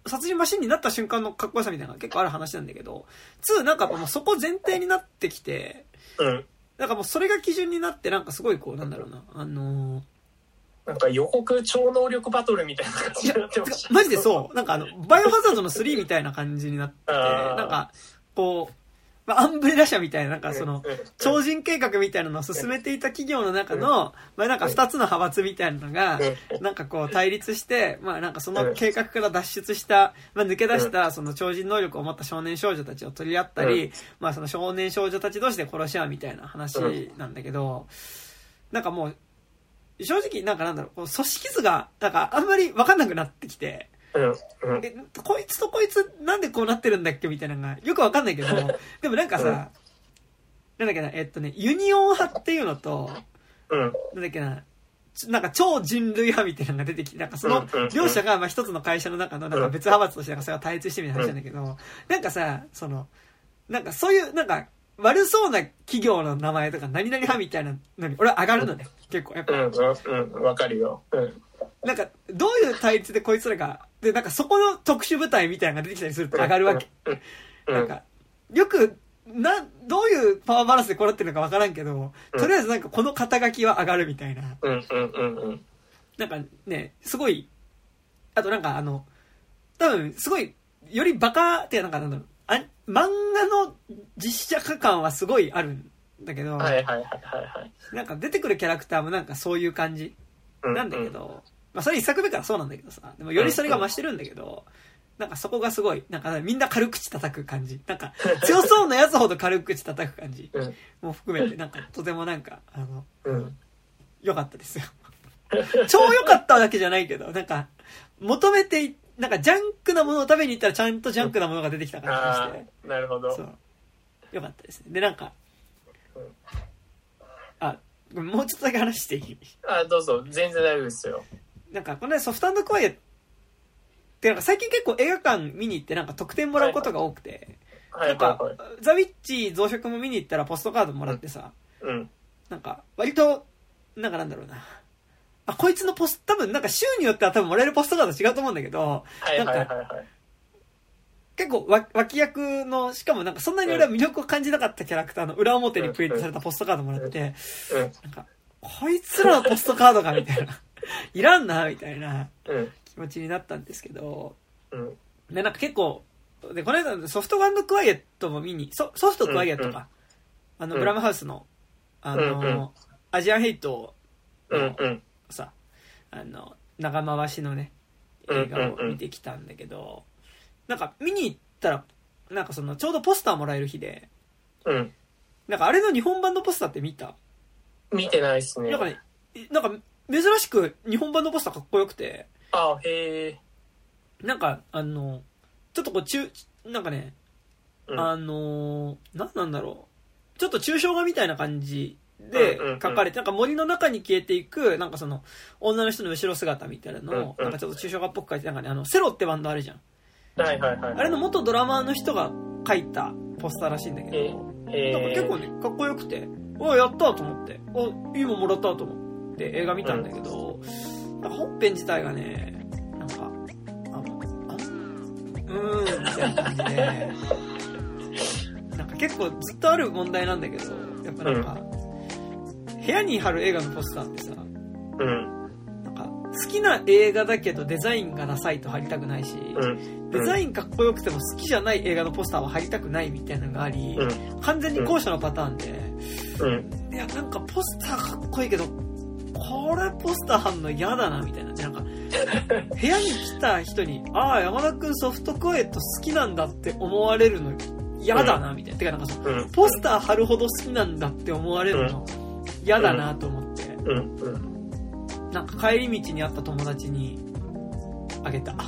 殺人マシンになった瞬間のかっこよさみたいなのが結構ある話なんだけど、になんかもうそこ前提になってきて、 うん。 なんかもうそれが基準になって、なんかすごいこう、なんだろうな、あのー、 なんか予告超能力バトルみたいな感じになってました。 マジでそう。なんかあの、バイオハザードのスリーみたいな感じになってて、なんか、こう、まあ、アンブレラ社みたいな、なんかその、超人計画みたいなのを進めていた企業の中の、まあなんか二つの派閥みたいなのが、なんかこう対立して、まあなんかその計画から脱出した、まあ抜け出したその超人能力を持った少年少女たちを取り合ったり、まあその少年少女たち同士で殺し合うみたいな話なんだけど、なんかもう、正直なんかなんだろう、こう組織図が、なんかあんまり分かんなくなってきて、 うんうん、 えこいつとこいつなんでこうなってるんだっけみたいなのがよくわかんないけどでもなんかさ、うん、なんだっけなえっとねユニオン派っていうのと、 うん、 なんだっけななんか超人類派みたいなのが出てきて、なんかその両者がまあ一つの会社の中のなんか別派閥としてなんかそれが対立してみたいな話なんだけど、なんかさそのなんかそういうなんか悪そうな企業の名前とか何々派みたいなのに俺は上がるのね、結構やっぱ。 うんうんうん、わかるよ。うん。 なんかどういう対立でこいつらがでなんかそこの特殊部隊みたいなのが出てきたりすると上がるわけ。なんかよくなどういうパワーバランスでこうなってるのかわからんけど、とりあえずなんかこの肩書きは上がるみたいな。 うんうんうんうん。 なんかねすごいあとなんかあの多分すごいよりバカってなんかなんだろうあ漫画の実写化感はすごいあるんだけど、 はいはいはいはいはい。 なんか出てくるキャラクターもなんかそういう感じなんだけど、うんうん、まあそれ一作目からそうなんだけどさ、でもよりそれが増してるんだけど、うんうん、なんかそこがすごいなんかみんな軽口叩く感じ、なんか強そうなやつほど軽口叩く感じも含めてなんかとてもなんかあの、うん、良かったですよ。超良かったわけじゃないけど、なんか求めてなんかジャンクなものを食べに行ったらちゃんとジャンクなものが出てきた感じがして、 うん、なるほど。 そう良かったですね。でなんか、うん、あもうちょっとだけ話していい？ あ、どうぞ。全然大丈夫ですよ。 なんかこのソフト&クワイエってなんか最近結構映画館見に行ってなんか特典もらうことが多くて、はいはい、なんか、はいはい、ザ・ウィッチ増殖も見に行ったらポストカードもらってさ、 うんうん、 なんか割となんかなんだろうな、あこいつのポス多分なんか週によっては多分もらえるポストカード違うと思うんだけど、 はいはいはいはい、 なんか結構脇役のしかもなんかそんなに俺は魅力を感じなかったキャラクターの裏表にプリントされたポストカードもらって、 うん、 なんかこいつらのポストカードかみたいないらんなみたいな気持ちになったんですけど、 うん、 でなんか結構でこの間ソフト&クワイエットも見に ソ, ソフトクワイエットか、うん、あのブラムハウスのあの、うん、アジアンヘイトの、 うんうん、 さあの長回しのね映画を見てきたんだけど、うんうんうん、なんか見に行ったらなんかそのちょうどポスターもらえる日で、 うん、 なんかあれの日本版のポスターって見た？ 見てないっすね。 なんかね、なんか珍しく日本版のポスターかっこよくて、 あへえ。 なんかあのちょっとこう中なんかね、うん、あのなんなんだろう、ちょっと抽象画みたいな感じで描かれて、なんか森の中に消えていくなんかその女の人の後ろ姿みたいなのをなんかちょっと抽象画っぽく描いて、なんかねあのセロってバンドあるじゃん。 はいはいはい。あれの元ドラマーの人が描いたポスターらしいんだけど、 えー、 なんか結構ねかっこよくて、あやったと思って、あいいもんもらったと思って映画見たんだけど、うん、なんか本編自体がねなんかあのあうーんみたいな感じでなんか結構ずっとある問題なんだけど、やっぱなんか、うん、部屋に貼る映画のポスターってさ、 うん、 なんか好きな映画だけどデザインがダサいと貼りたくないし、 うん、 デザインかっこよくても好きじゃない映画のポスターは貼りたくないみたいなのがあり、うん、完全に後者のパターンで、 うん、 いやなんかポスターかっこいいけどこれポスター貼んの嫌だなみたいな、なんか部屋に来た人にああ山田くんソフトクワイエット好きなんだって思われるの嫌だなみたいな、てかなんかその、うん、ポスター貼るほど好きなんだって思われるの嫌だなと思って、 うんうん、 なんか帰り道に会った友達にあげた。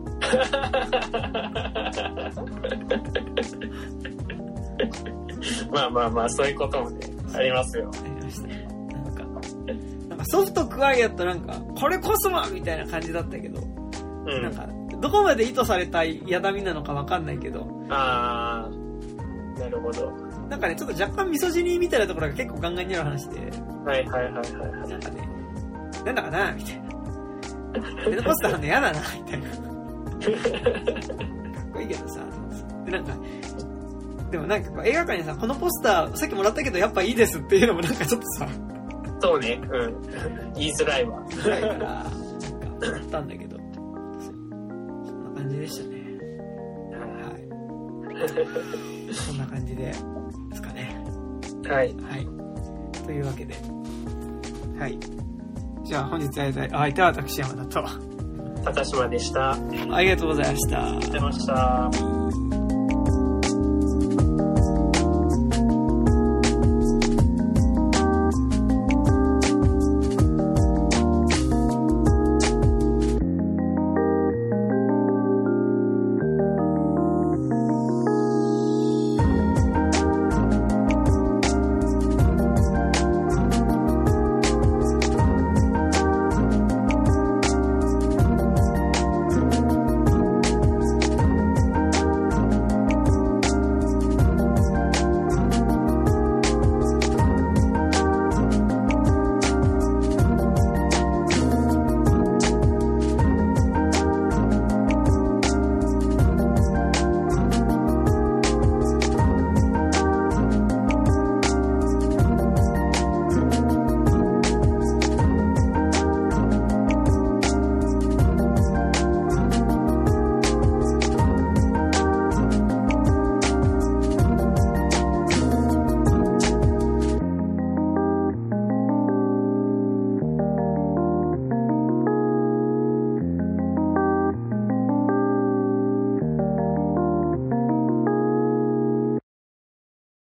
まあまあまあそういうこともねありますよ。 ありましたね。なんかなんかソフトクワイエットなんかこれこそはみたいな感じだったけど、うん、なんかどこまで意図されたやだみなのかわかんないけど、 あーなるほど。 なんかねちょっと若干ミソジニーみたいなところが結構ガンガンにある話で、 はいはいはいはい。 なんかねなんだかなみたいな。レッドポスターの嫌だなみたいな。 っこいいけどさ、でなんかでもなんかこう映画館にさ、このポスターさっきもらったけどやっぱいいですっていうのもなんかちょっとさ、 そうね、うん、言いづらいわ。 言いづらいからなんかあったんだけど、そんな感じでしたね。はい。そんな感じでですかね。 はい。 はい。というわけで、はい。じゃあ本日会いたい相手は私山田と高島でした。 ありがとうございました。 ありがとうございました。